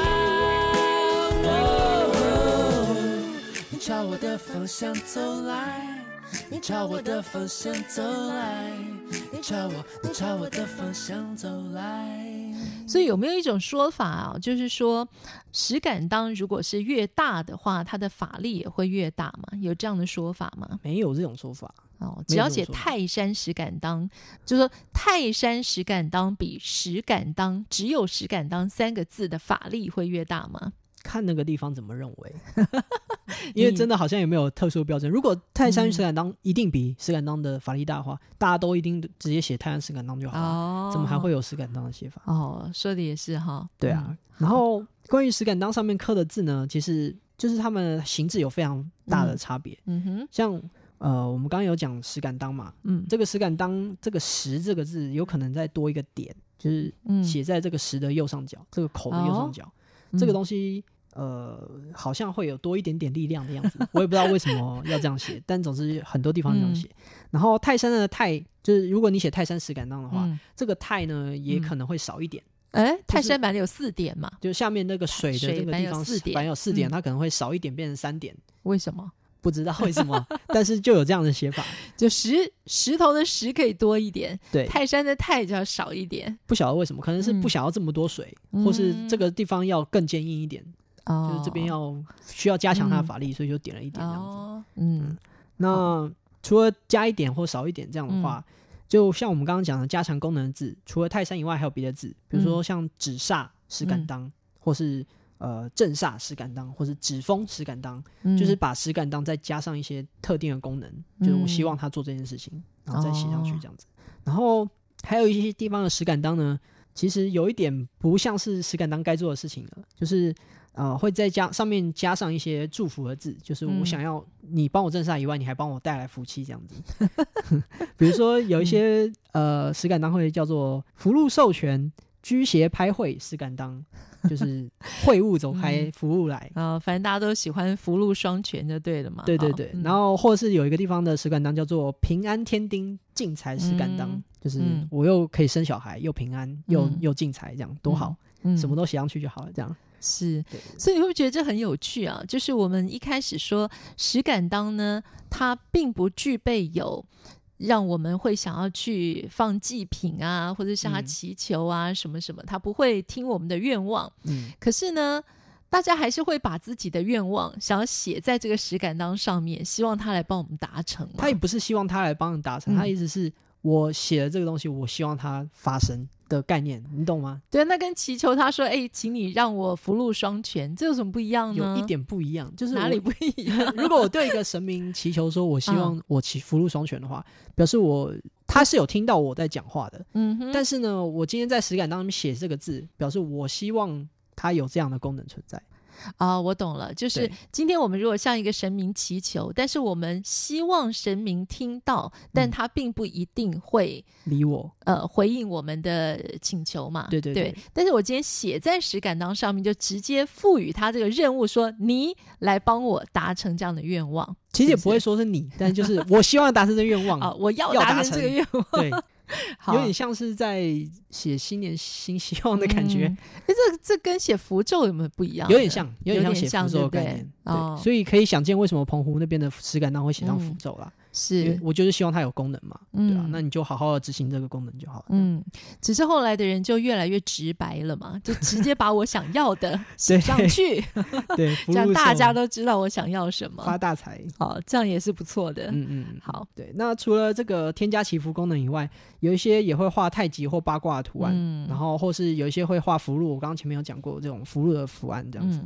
Speaker 6: 你朝我的方向走来，你朝我的方向走来，你朝我的方向走来。
Speaker 3: 所以有没有一种说法啊，就是说石敢当如果是越大的话，它的法力也会越大吗？有这样的说法吗？
Speaker 4: 没有这种说法。
Speaker 3: 只要写泰山石敢当，就是说泰山石敢当比石敢当只有石敢当3个字的法力会越大吗？
Speaker 4: 看那个地方怎么认为因为真的好像也没有特殊标准。如果泰山石敢当一定比石敢当的法力大的话，大家都一定直接写泰山石敢当就好了，怎么还会有石敢当的写法？
Speaker 3: 说的也是哈。
Speaker 4: 对啊，然后关于石敢当上面刻的字呢，其实就是他们形制有非常大的差别。像我们刚刚有讲石敢当嘛，这个石敢当这个石这个字有可能再多一个点，就是写在这个石的右上角，这个口的右上角，这个东西好像会有多一点点力量的样子，我也不知道为什么要这样写，但总之很多地方这样写。然后泰山的泰，就是如果你写泰山石敢当的话，这个泰呢也可能会少一点。
Speaker 3: 泰山本来有4点嘛，
Speaker 4: 就下面那个水的这个地方本来有4点，它可能会少一点变成3点。
Speaker 3: 为什么？
Speaker 4: 不知道为什么但是就有这样的写法，就
Speaker 3: 石头的石可以多一点，
Speaker 4: 对，
Speaker 3: 泰山的泰就要少一点，
Speaker 4: 不晓得为什么，可能是不想要这么多水，或是这个地方要更坚硬一点，就是这边需要加强它的法力，所以就点了一点这样子。那除了加一点或少一点这样的话，就像我们刚刚讲的加强功能的字，除了泰山以外还有别的字，比如说像止煞石敢当，或是镇煞石敢当，或是止风石敢当，就是把石敢当再加上一些特定的功能，就是我希望他做这件事情，然后再写上去这样子。然后还有一些地方的石敢当呢，其实有一点不像是石敢当该做的事情了，就是会在上面加上一些祝福的字，就是我想要你帮我镇煞以外，你还帮我带来福气这样子。比如说有一些石敢当会叫做福禄寿全居邪拍会石敢当，就是会务走开福禄来
Speaker 3: 反正大家都喜欢福禄双全就对了嘛。
Speaker 4: 对对对，然后或是有一个地方的石敢当叫做平安天丁进财石敢当，就是我又可以生小孩又平安又进财，这样多好，什么都写上去就好了这样。
Speaker 3: 是，所以你会不会觉得这很有趣啊？就是我们一开始说石敢当呢，它并不具备有让我们会想要去放祭品啊，或者向他祈求啊，什么什么，他不会听我们的愿望。可是呢，大家还是会把自己的愿望想要写在这个石敢当上面，希望他来帮我们达成嘛。
Speaker 4: 他也不是希望他来帮你达成，他意思是我写的这个东西，我希望它发生的概念，你懂吗？
Speaker 3: 对，那跟祈求他说请你让我福禄双全，这有什么不一样呢？
Speaker 4: 有一点不一样，就是
Speaker 3: 哪里不一样？
Speaker 4: 如果我对一个神明祈求说我希望我福禄双全的话，表示他是有听到我在讲话的。但是呢，我今天在石敢当上面写这个字，表示我希望他有这样的功能存在。
Speaker 3: 我懂了，就是今天我们如果向一个神明祈求，但是我们希望神明听到，但他并不一定会
Speaker 4: 理我
Speaker 3: 回应我们的请求嘛。
Speaker 4: 对对 对，
Speaker 3: 但是我今天写在石敢当上面，就直接赋予他这个任务，说你来帮我达成这样的愿望。
Speaker 4: 其实也不会说是你，但就是我希望达成这个愿望
Speaker 3: 我要达成这个愿望。
Speaker 4: 对，有点像是在写新年新希望的感觉。
Speaker 3: 这跟写符咒有没有不一样？
Speaker 4: 有点像写符咒的概念。对，所以可以想见为什么澎湖那边的石敢当会写上符咒啦。
Speaker 3: 是，
Speaker 4: 我就是希望它有功能嘛，对啊，那你就好好的执行这个功能就好了。
Speaker 3: 只是后来的人就越来越直白了嘛，就直接把我想要的写上去，
Speaker 4: 对，
Speaker 3: 这样大家都知道我想要什么，
Speaker 4: 发大财。
Speaker 3: 好，这样也是不错的。好，
Speaker 4: 对。那除了这个添加祈福功能以外，有一些也会画太极或八卦的图案，然后或是有一些会画符箓，我刚刚前面有讲过这种符箓的图案这样子。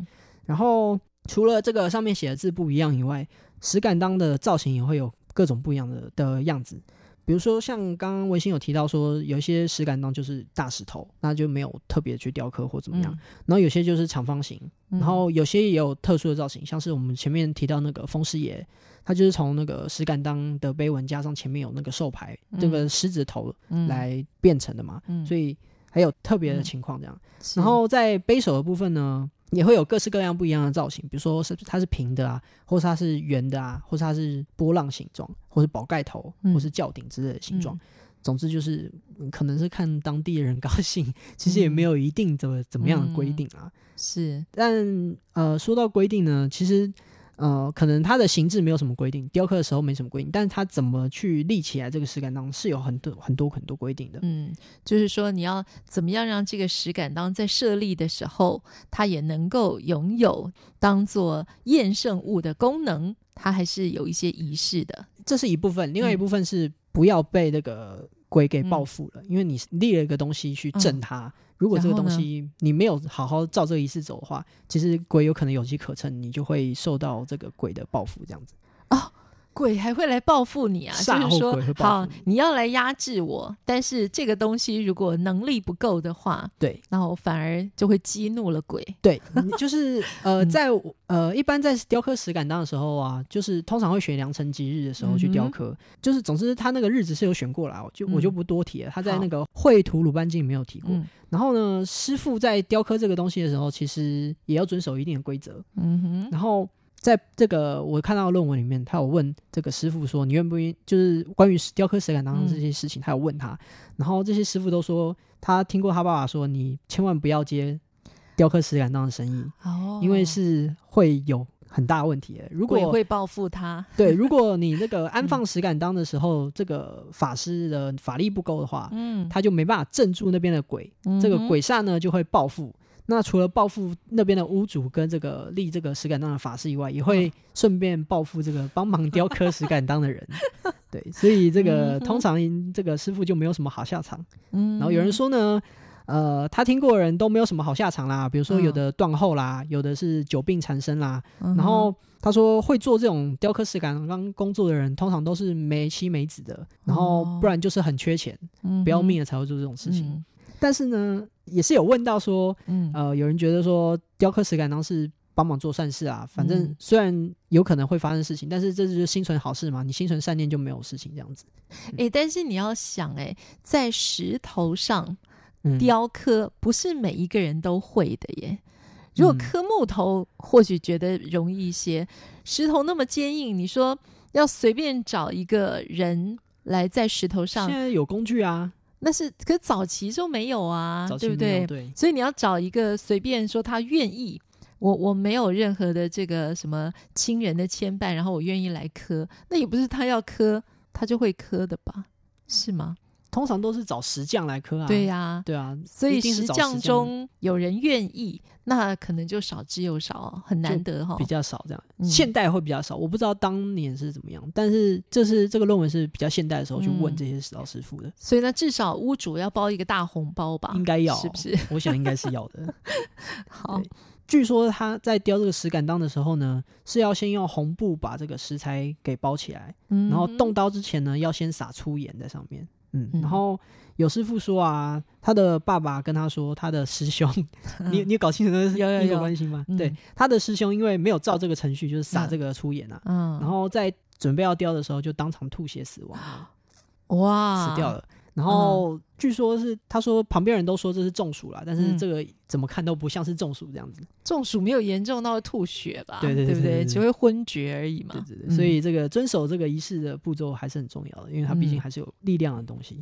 Speaker 4: 然后除了这个上面写的字不一样以外，石敢当的造型也会有各种不一样的样子。比如说像刚刚维新有提到说，有一些石敢当就是大石头，那就没有特别去雕刻或怎么样，然后有些就是长方形，然后有些也有特殊的造型，像是我们前面提到那个风师爷，他就是从那个石敢当的碑文加上前面有那个兽牌，这个狮子头来变成的嘛，所以还有特别的情况这样。然后在碑首的部分呢，也会有各式各样不一样的造型，比如说它是平的啊，或是它是圆的啊，或是它是波浪形状，或是宝盖头，或是轿顶之类的形状。总之就是可能是看当地的人高兴，其实也没有一定怎么样的规定啊。
Speaker 3: 是，但
Speaker 4: 说到规定呢，其实可能它的形制没有什么规定，雕刻的时候没什么规定，但是它怎么去立起来这个石敢当是有很多规定的。
Speaker 3: 就是说你要怎么样让这个石敢当在设立的时候，它也能够拥有当作验圣物的功能，它还是有一些仪式的。
Speaker 4: 这是一部分，另外一部分是不要被那个鬼给报复了，因为你立了一个东西去镇它。如果这个东西你没有好好照这个仪式走的话，其实鬼有可能有机可乘，你就会受到这个鬼的报复这样子。
Speaker 3: 鬼还会来报复你啊？就是说，好，你要来压制我，但是这个东西如果能力不够的话，
Speaker 4: 对，
Speaker 3: 然后反而就会激怒了鬼。
Speaker 4: 对，就是在一般在雕刻石敢当的时候啊，就是通常会选良辰吉日的时候去雕刻，就是总之他那个日子是有选过来，我就不多提了。他在那个绘图鲁班经里没有提过。然后呢，师傅在雕刻这个东西的时候，其实也要遵守一定的规则。然后在这个我看到的论文里面，他有问这个师傅说，你愿不愿意，就是关于雕刻石敢当这些事情，他有问他，然后这些师傅都说他听过他爸爸说，你千万不要接雕刻石敢当的生意，因为是会有很大问题的。如果
Speaker 3: 鬼会报复他，
Speaker 4: 对，如果你那个安放石敢当的时候，这个法师的法力不够的话，他就没办法镇住那边的鬼，这个鬼煞呢就会报复。那除了报复那边的屋主跟这个立这个石敢当的法师以外，也会顺便报复这个帮忙雕刻石敢当的人。对，所以这个通常这个师傅就没有什么好下场。然后有人说呢，他听过的人都没有什么好下场啦，比如说有的断后啦，有的是久病缠身啦。然后他说会做这种雕刻石敢当工作的人，通常都是没妻没子的，然后不然就是很缺钱，不要命了才会做这种事情。但是呢，也是有问到说，有人觉得说雕刻石敢当是帮忙做善事啊，反正虽然有可能会发生事情，但是这就是心存好事嘛，你心存善念就没有事情这样子。
Speaker 3: 但是你要想，在石头上雕刻不是每一个人都会的耶。如果刻木头或许觉得容易一些，石头那么坚硬，你说要随便找一个人来在石头上，
Speaker 4: 现在有工具啊，
Speaker 3: 可早期就没有啊，对不对？
Speaker 4: 对，
Speaker 3: 所以你要找一个随便说他愿意，我没有任何的这个什么亲人的牵绊，然后我愿意来刻，那也不是他要刻他就会刻的吧？是吗？
Speaker 4: 通常都是找石匠来刻啊。
Speaker 3: 对呀，
Speaker 4: 对啊，
Speaker 3: 所以石匠中有人愿意，那可能就少之又少，很难得哈，
Speaker 4: 比较少这样。现代会比较少，我不知道当年是怎么样，但是这个论文是比较现代的时候去问这些老师傅的。
Speaker 3: 所以呢，至少屋主要包一个大红包吧？
Speaker 4: 应该要，
Speaker 3: 是不是？
Speaker 4: 我想应该是要的。
Speaker 3: 好，
Speaker 4: 据说他在雕这个石敢当的时候呢，是要先用红布把这个石材给包起来，然后动刀之前呢，要先撒粗盐在上面。然后有师傅说啊，他的爸爸跟他说，他的师兄，你有搞清楚那是因果关系吗？对，他的师兄因为没有照这个程序，就是撒这个粗盐啊，然后在准备要雕的时候就当场吐血死亡了，
Speaker 3: 哇，
Speaker 4: 死掉了。然后据说是他说旁边人都说这是中暑啦，但是这个怎么看都不像是中暑这样子。
Speaker 3: 中暑没有严重到会吐血吧？
Speaker 4: 对
Speaker 3: 不对？只会昏厥而已嘛。
Speaker 4: 对，所以这个遵守这个仪式的步骤还是很重要的，因为它毕竟还是有力量的东西。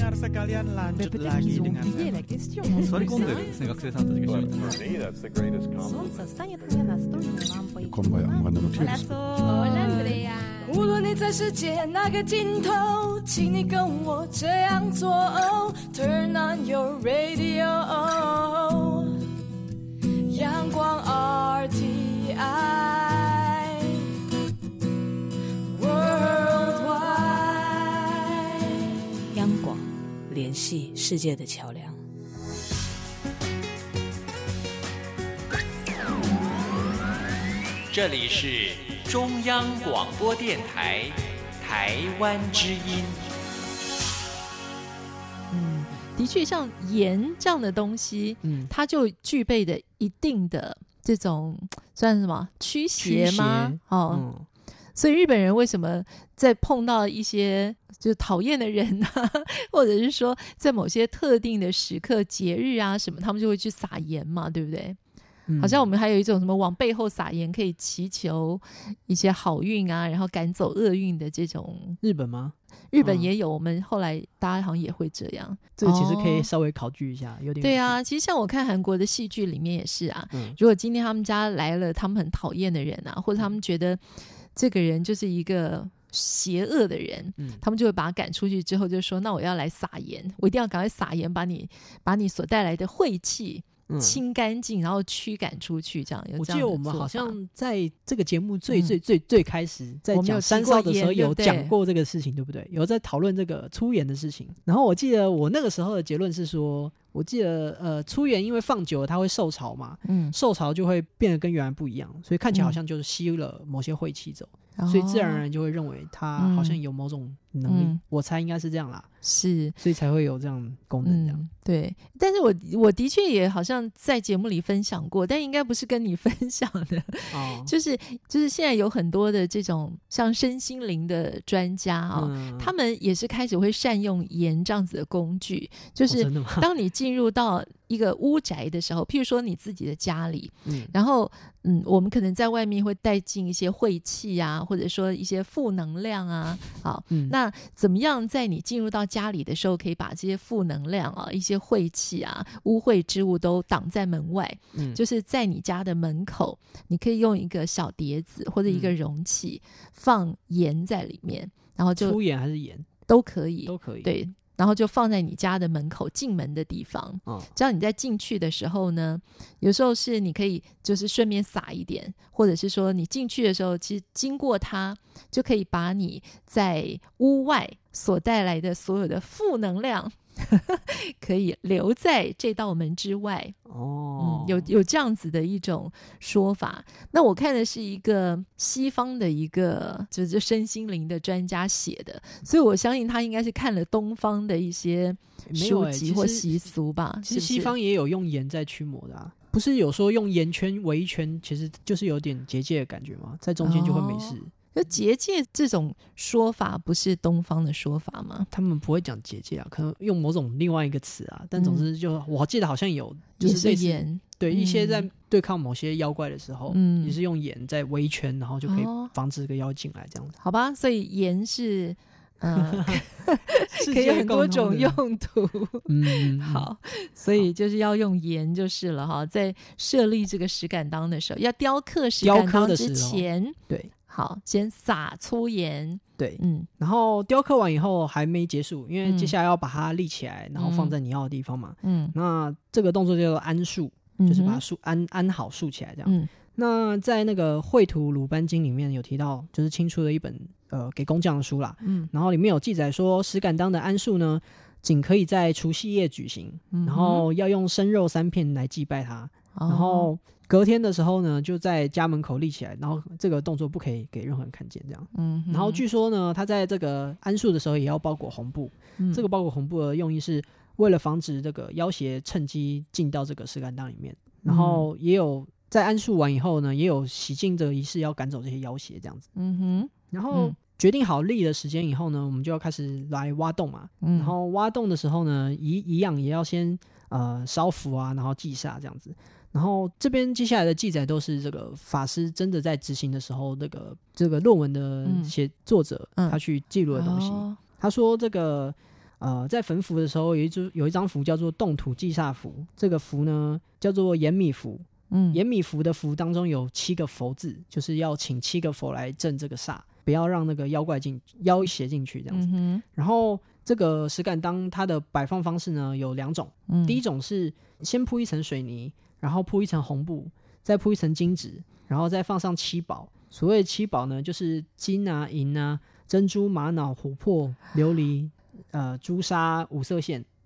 Speaker 5: 无论你在世界哪个尽头，请你跟我这样做 Turn on your radio 阳光 RTI Worldwide 央广联系世界的桥梁。
Speaker 1: 这里是中央广播电台台湾之音。
Speaker 3: 的确，像盐这样的东西，它就具备的一定的这种算是什么驱邪吗？所以日本人为什么在碰到一些就讨厌的人啊，或者是说在某些特定的时刻、节日啊什么，他们就会去撒盐嘛，对不对？好像我们还有一种什么往背后撒盐可以祈求一些好运啊，然后赶走厄运的这种。
Speaker 4: 日本吗？
Speaker 3: 日本也有，我们后来大家好像也会这样。
Speaker 4: 这个其实可以稍微考据一下，有点
Speaker 3: 对啊。其实像我看韩国的戏剧里面也是啊，如果今天他们家来了他们很讨厌的人啊，或者他们觉得这个人就是一个邪恶的人，他们就会把他赶出去之后就说，那我要来撒盐，我一定要赶快撒盐把你所带来的晦气清干净，然后驱赶出去，这样。
Speaker 4: 我记得我们好像在这个节目最开始在讲山烧的时候有讲过这个事情，对不对？有在讨论这个粗盐的事情。然后我记得我那个时候的结论是说，我记得粗盐因为放久了它会受潮嘛，受潮就会变得跟原来不一样，所以看起来好像就是吸了某些晦气走，所以自然而然就会认为它好像有某种能力，我猜应该是这样啦，
Speaker 3: 是，
Speaker 4: 所以才会有这样功能这样。
Speaker 3: 对，但是我的确也好像在节目里分享过，但应该不是跟你分享的，就是现在有很多的这种像身心灵的专家他们也是开始会善用盐这样子的工具，就是当你进入到一个屋宅的时候，譬如说你自己的家里，然后我们可能在外面会带进一些晦气啊，或者说一些负能量啊，好，那怎么样在你进入到家里的时候，可以把这些负能量啊、一些晦气啊、污秽之物都挡在门外？就是在你家的门口，你可以用一个小碟子或者一个容器放盐在里面，然后就
Speaker 4: 粗盐还是盐
Speaker 3: 都可以，
Speaker 4: 都可以，
Speaker 3: 对。然后就放在你家的门口进门的地方，这样你在进去的时候呢，有时候是你可以就是顺便撒一点，或者是说你进去的时候，其实经过它就可以把你在屋外所带来的所有的负能量可以留在这道门之外。有这样子的一种说法。那我看的是一个西方的一个就是身心灵的专家写的，所以我相信他应该是看了东方的一些书籍或习俗吧。
Speaker 4: 其实西方也有用盐在驱魔的啊，不是有说用盐圈围一圈，其实就是有点结界的感觉吗？在中间就会没事。
Speaker 3: 就结界这种说法不是东方的说法吗？
Speaker 4: 他们不会讲结界啊，可能用某种另外一个词啊，但总之就我记得好像有就是类似
Speaker 3: 盐，
Speaker 4: 对，一些在对抗某些妖怪的时候，也是用盐在围圈，然后就可以防止这个妖进来这样子。
Speaker 3: 好吧，所以盐是可以有很多种用途。好，所以就是要用盐就是了哈。在设立这个石敢当的时候，要雕刻石敢当之前，
Speaker 4: 对。
Speaker 3: 好，先撒粗盐，
Speaker 4: 对，然后雕刻完以后还没结束，因为接下来要把它立起来，然后放在你要的地方嘛。那这个动作叫做安束，就是把它安好竖起来这样。那在那个绘图鲁班经里面有提到，就是清出了一本给工匠的书啦。然后里面有记载说，石敢当的安束呢，仅可以在除夕夜举行，然后要用生肉3片来祭拜它，然后隔天的时候呢，就在家门口立起来，然后这个动作不可以给任何人看见，这样。然后据说呢，他在这个安束的时候也要包裹红布，这个包裹红布的用意是为了防止这个妖邪趁机进到这个石敢当里面。然后也有在安束完以后呢，也有洗净的仪式，要赶走这些妖邪这样子。然后决定好立的时间以后呢，我们就要开始来挖洞嘛。然后挖洞的时候呢，一样也要先烧符啊，然后祭煞这样子。然后这边接下来的记载都是这个法师真的在执行的时候，这个论文的作者他去记录的东西。他说这个在焚符的时候有一张符叫做动土祭煞符，这个符呢叫做盐米符。盐米符的符当中有7个佛字，就是要请7个佛来镇这个煞，不要让那个妖邪进去这样子。然后这个石敢当它的摆放方式呢有2种，第一种是先铺一层水泥，然后铺一层红布，再铺一层金纸，然后再放上7宝。所谓7宝呢，就是金啊、银啊、珍珠、玛瑙、琥珀、琉璃、朱砂、五色线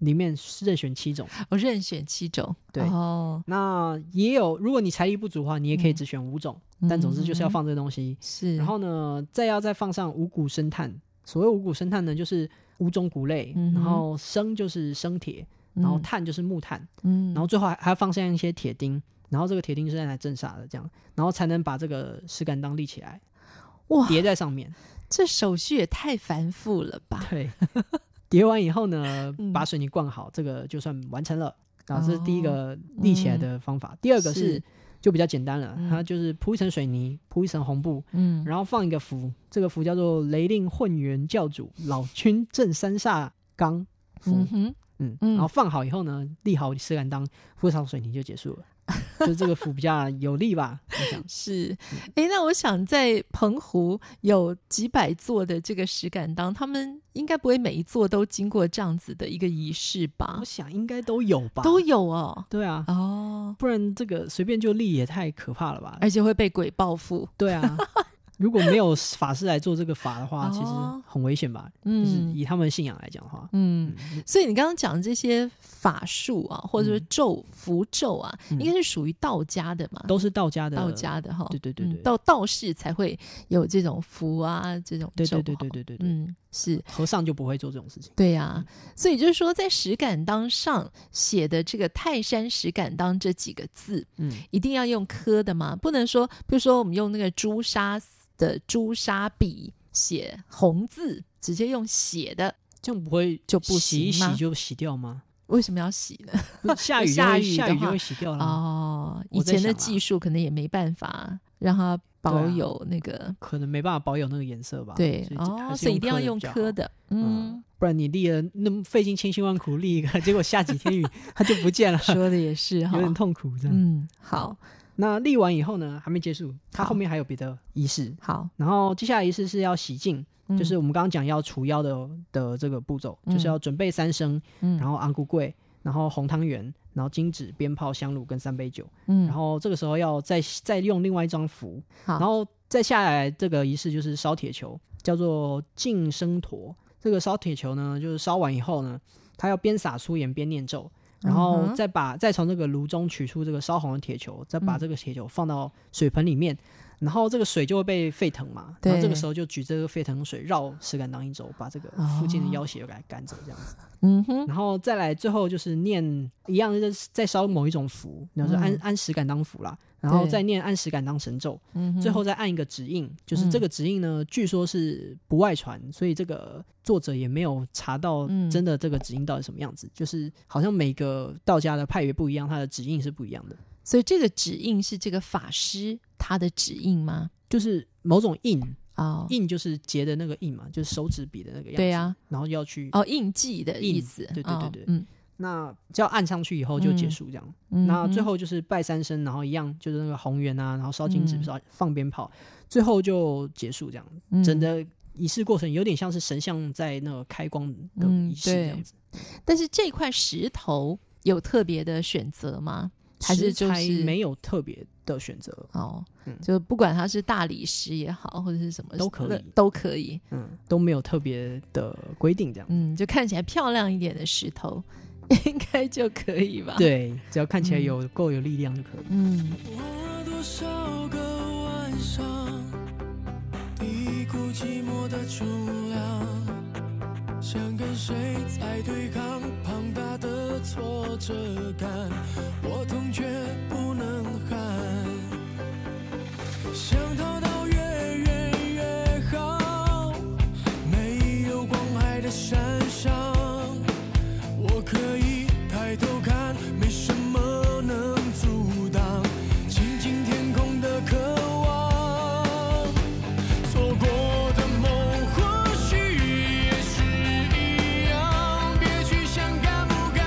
Speaker 4: 里面任选7种。
Speaker 3: 任选7种。
Speaker 4: 对，那也有，如果你财力不足的话，你也可以只选5种，但总之就是要放这个东西。
Speaker 3: 是，
Speaker 4: 然后呢，再放上五谷生炭。所谓五谷生炭呢，就是5种谷类，然后生就是生铁，然后炭就是木炭，然后最后还要放上一些铁钉，然后这个铁钉是在来镇煞的，这样，然后才能把这个石敢当立起来，哇，叠在上面。
Speaker 3: 这手续也太繁复了吧？
Speaker 4: 对，叠完以后呢，把水泥灌好，这个就算完成了。然后这是第一个立起来的方法。第二个是就比较简单了，它就是铺一层水泥，铺一层红布，然后放一个符，这个符叫做雷令混元教主老君镇三煞纲符，然后放好以后呢，立好石敢当，铺上水泥就结束了。就这个符比较有力吧，我想
Speaker 3: 是。那我想在澎湖有几百座的这个石敢当，他们应该不会每一座都经过这样子的一个仪式吧？
Speaker 4: 我想应该都有吧。
Speaker 3: 都有哦。对
Speaker 4: 啊。不然这个随便就立也太可怕了吧？
Speaker 3: 而且会被鬼报复。
Speaker 4: 对啊。如果没有法师来做这个法的话，其实很危险吧？就是以他们的信仰来讲的话，
Speaker 3: 所以你刚刚讲的这些法术啊，或者是符咒啊，应该是属于道家的嘛？
Speaker 4: 都是道家的
Speaker 3: 哈。
Speaker 4: 对，
Speaker 3: 道士才会有这种符啊，这种咒。
Speaker 4: 对，
Speaker 3: 是
Speaker 4: 和尚就不会做这种事情。
Speaker 3: 对啊，所以就是说，在石敢当上写的这个泰山石敢当这几个字，一定要用刻的吗？不能说，比如说我们用那个朱砂的朱砂笔写红字，直接用写的，
Speaker 4: 这样不会
Speaker 3: 就不
Speaker 4: 洗一洗就洗掉吗？
Speaker 3: 为什么要洗呢？
Speaker 4: 下雨就会洗掉了。
Speaker 3: 以前的技术可能也没办法让它保有那个，
Speaker 4: 可能没办法保有那个颜色吧。
Speaker 3: 对，所以一定要用刻的。
Speaker 4: 不然你立了那么费尽千辛万苦立一个，结果下几天雨它就不见了。
Speaker 3: 说的也是哈，
Speaker 4: 有点痛苦这样。
Speaker 3: 好。
Speaker 4: 那立完以后呢，还没结束，它后面还有别的仪式。
Speaker 3: 好，
Speaker 4: 然后接下来仪式是要洗净，就是我们刚刚讲要除妖的这个步骤，就是要准备3牲，然后昂古桂，然后红汤圆，然后金纸、鞭炮、香炉跟3杯酒。然后这个时候要再用另外一张符，然后再下来这个仪式就是烧铁球，叫做净生陀。这个烧铁球呢，就是烧完以后呢，它要边撒粗盐边念咒。然后再从这个炉中取出这个烧红的铁球，再把这个铁球放到水盆里面，然后这个水就会被沸腾嘛，然后这个时候就举这个沸腾水绕石敢当一周，把这个附近的妖邪给它赶走这样子。然后再来最后就是念一样的再烧某一种符，就是按石敢当符啦，然后再念按石敢当神咒，最后再按一个指印，就是这个指印呢，据说是不外传，所以这个作者也没有查到真的这个指印到底什么样子，就是好像每个道家的派别不一样，它的指印是不一样的。
Speaker 3: 所以这个指印是这个法师他的指印吗？
Speaker 4: 就是某种印。印就是结的那个印嘛，就是手指笔的那个样子。
Speaker 3: 对啊，
Speaker 4: 然后要去
Speaker 3: 印记的意思。
Speaker 4: 对，那只要按上去以后就结束这样。那最后就是拜3牲，然后一样就是那个红圆啊，然后烧金纸、放鞭炮，最后就结束这样。整个仪式过程有点像是神像在那个开光的仪式这样子。
Speaker 3: 但是这块石头有特别的选择吗？还是就是
Speaker 4: 没有特别的选择
Speaker 3: 就不管它是大理石也好，或者是什么都可以，
Speaker 4: 都没有特别的规定这样。
Speaker 3: 就看起来漂亮一点的石头应该就可以吧？
Speaker 4: 对，只要看起来够有力量就可以。
Speaker 6: 我多少个晚上低估寂寞的重量，想跟谁在对抗庞大的挫折感，我痛却不能喊，想逃到越远越好，没有光害的山上，我可以抬头看，没什么能阻挡亲近天空的渴望，错过的梦或许也是一样，别去想敢不敢，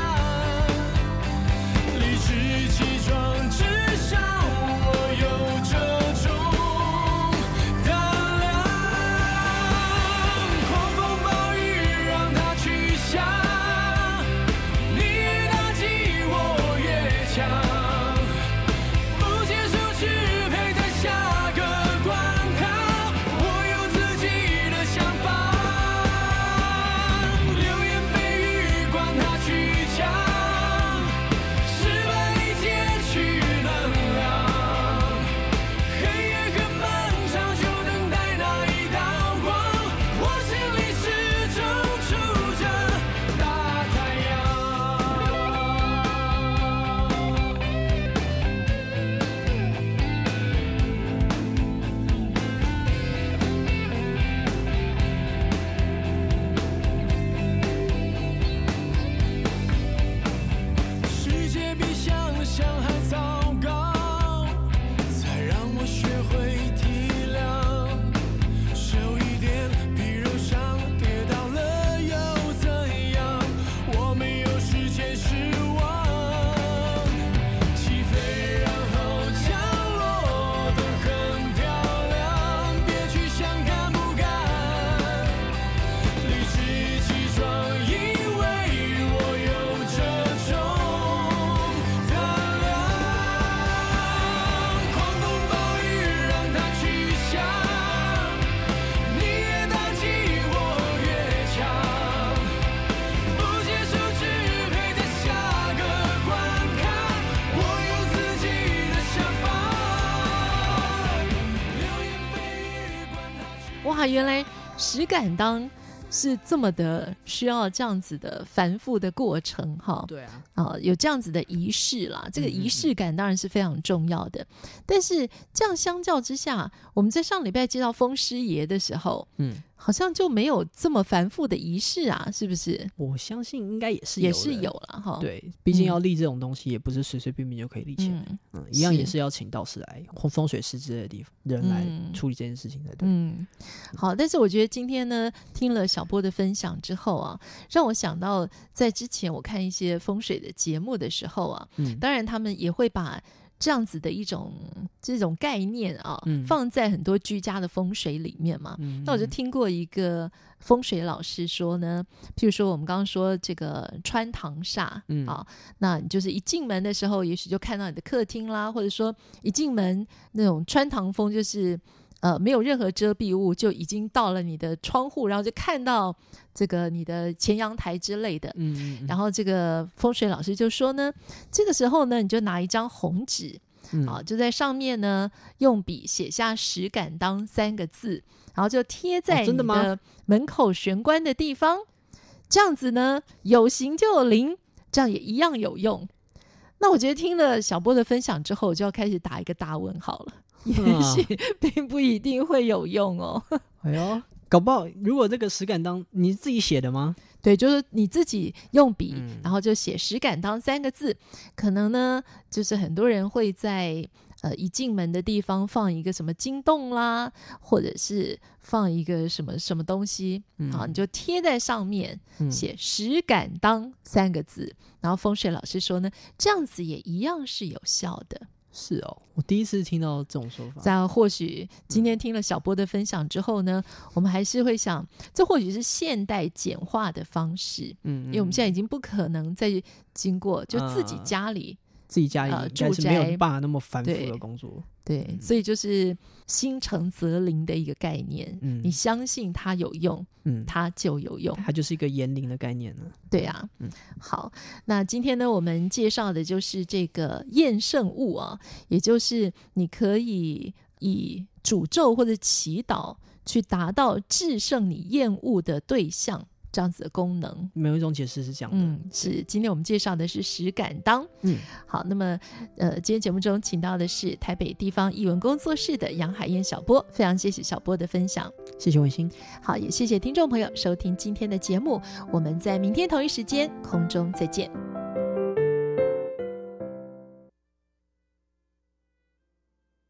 Speaker 6: 理直气壮，至少我有这种
Speaker 3: 哇，原来石敢当是这么的需要这样子的繁复的过程哈。
Speaker 4: 对啊，
Speaker 3: 有这样子的仪式啦，这个仪式感当然是非常重要的。但是这样相较之下，我们在上礼拜介绍风师爷的时候，好像就没有这么繁复的仪式啊，是不是？
Speaker 4: 我相信应该也是
Speaker 3: 有了哈。
Speaker 4: 对，毕竟要立这种东西，也不是随随便便就可以立起来。一样也是要请道士来，风水师之类的地方人来处理这件事情才对。
Speaker 3: 好，但是我觉得今天呢，听了小波的分享之后啊，让我想到在之前我看一些风水的节目的时候啊，当然他们也会把这样子的这种概念啊，放在很多居家的风水里面嘛。那我就听过一个风水老师说呢，譬如说我们刚刚说这个穿堂煞那你就是一进门的时候，也许就看到你的客厅啦，或者说一进门那种穿堂风，就是没有任何遮蔽物，就已经到了你的窗户，然后就看到这个你的前阳台之类的。然后这个风水老师就说呢，这个时候呢，你就拿一张红纸，就在上面呢用笔写下石敢当3个字，然后就贴在你的门口玄关的地方。这样子呢，有形就有灵，这样也一样有用。那我觉得听了小波的分享之后，我就要开始打一个大问号了。也许并不一定会有用哦。
Speaker 4: 哎呦，搞不好如果这个石敢当你自己写的吗？
Speaker 3: 对，就是你自己用笔，然后就写石敢当3个字，可能呢就是很多人会在一进门的地方放一个什么金洞啦，或者是放一个什么什么东西，好，你就贴在上面，写石敢当3个字，然后风水老师说呢，这样子也一样是有效的。
Speaker 4: 是哦，我第一次听到这种说法。
Speaker 3: 但或许今天听了小波的分享之后呢，我们还是会想，这或许是现代简化的方式。因为我们现在已经不可能再经过就自己家里
Speaker 4: 应该是没有办法那么繁复的工作。
Speaker 3: 对，所以就是心诚则灵的一个概念。你相信它有用，它就有用，
Speaker 4: 它就是一个言灵的概念了。
Speaker 3: 对啊。好，那今天呢，我们介绍的就是这个厌胜物啊，也就是你可以以诅咒或者祈祷去达到制胜你厌恶的对象。这样子的功能，
Speaker 4: 没有一种解释是这样的。
Speaker 3: 是今天我们介绍的是石敢当。好，那么今天节目中请到的是台北地方艺文工作室的杨海燕小波，非常谢谢小波的分享，
Speaker 4: 谢谢文心。
Speaker 3: 好，也谢谢听众朋友收听今天的节目，我们在明天同一时间空中再见。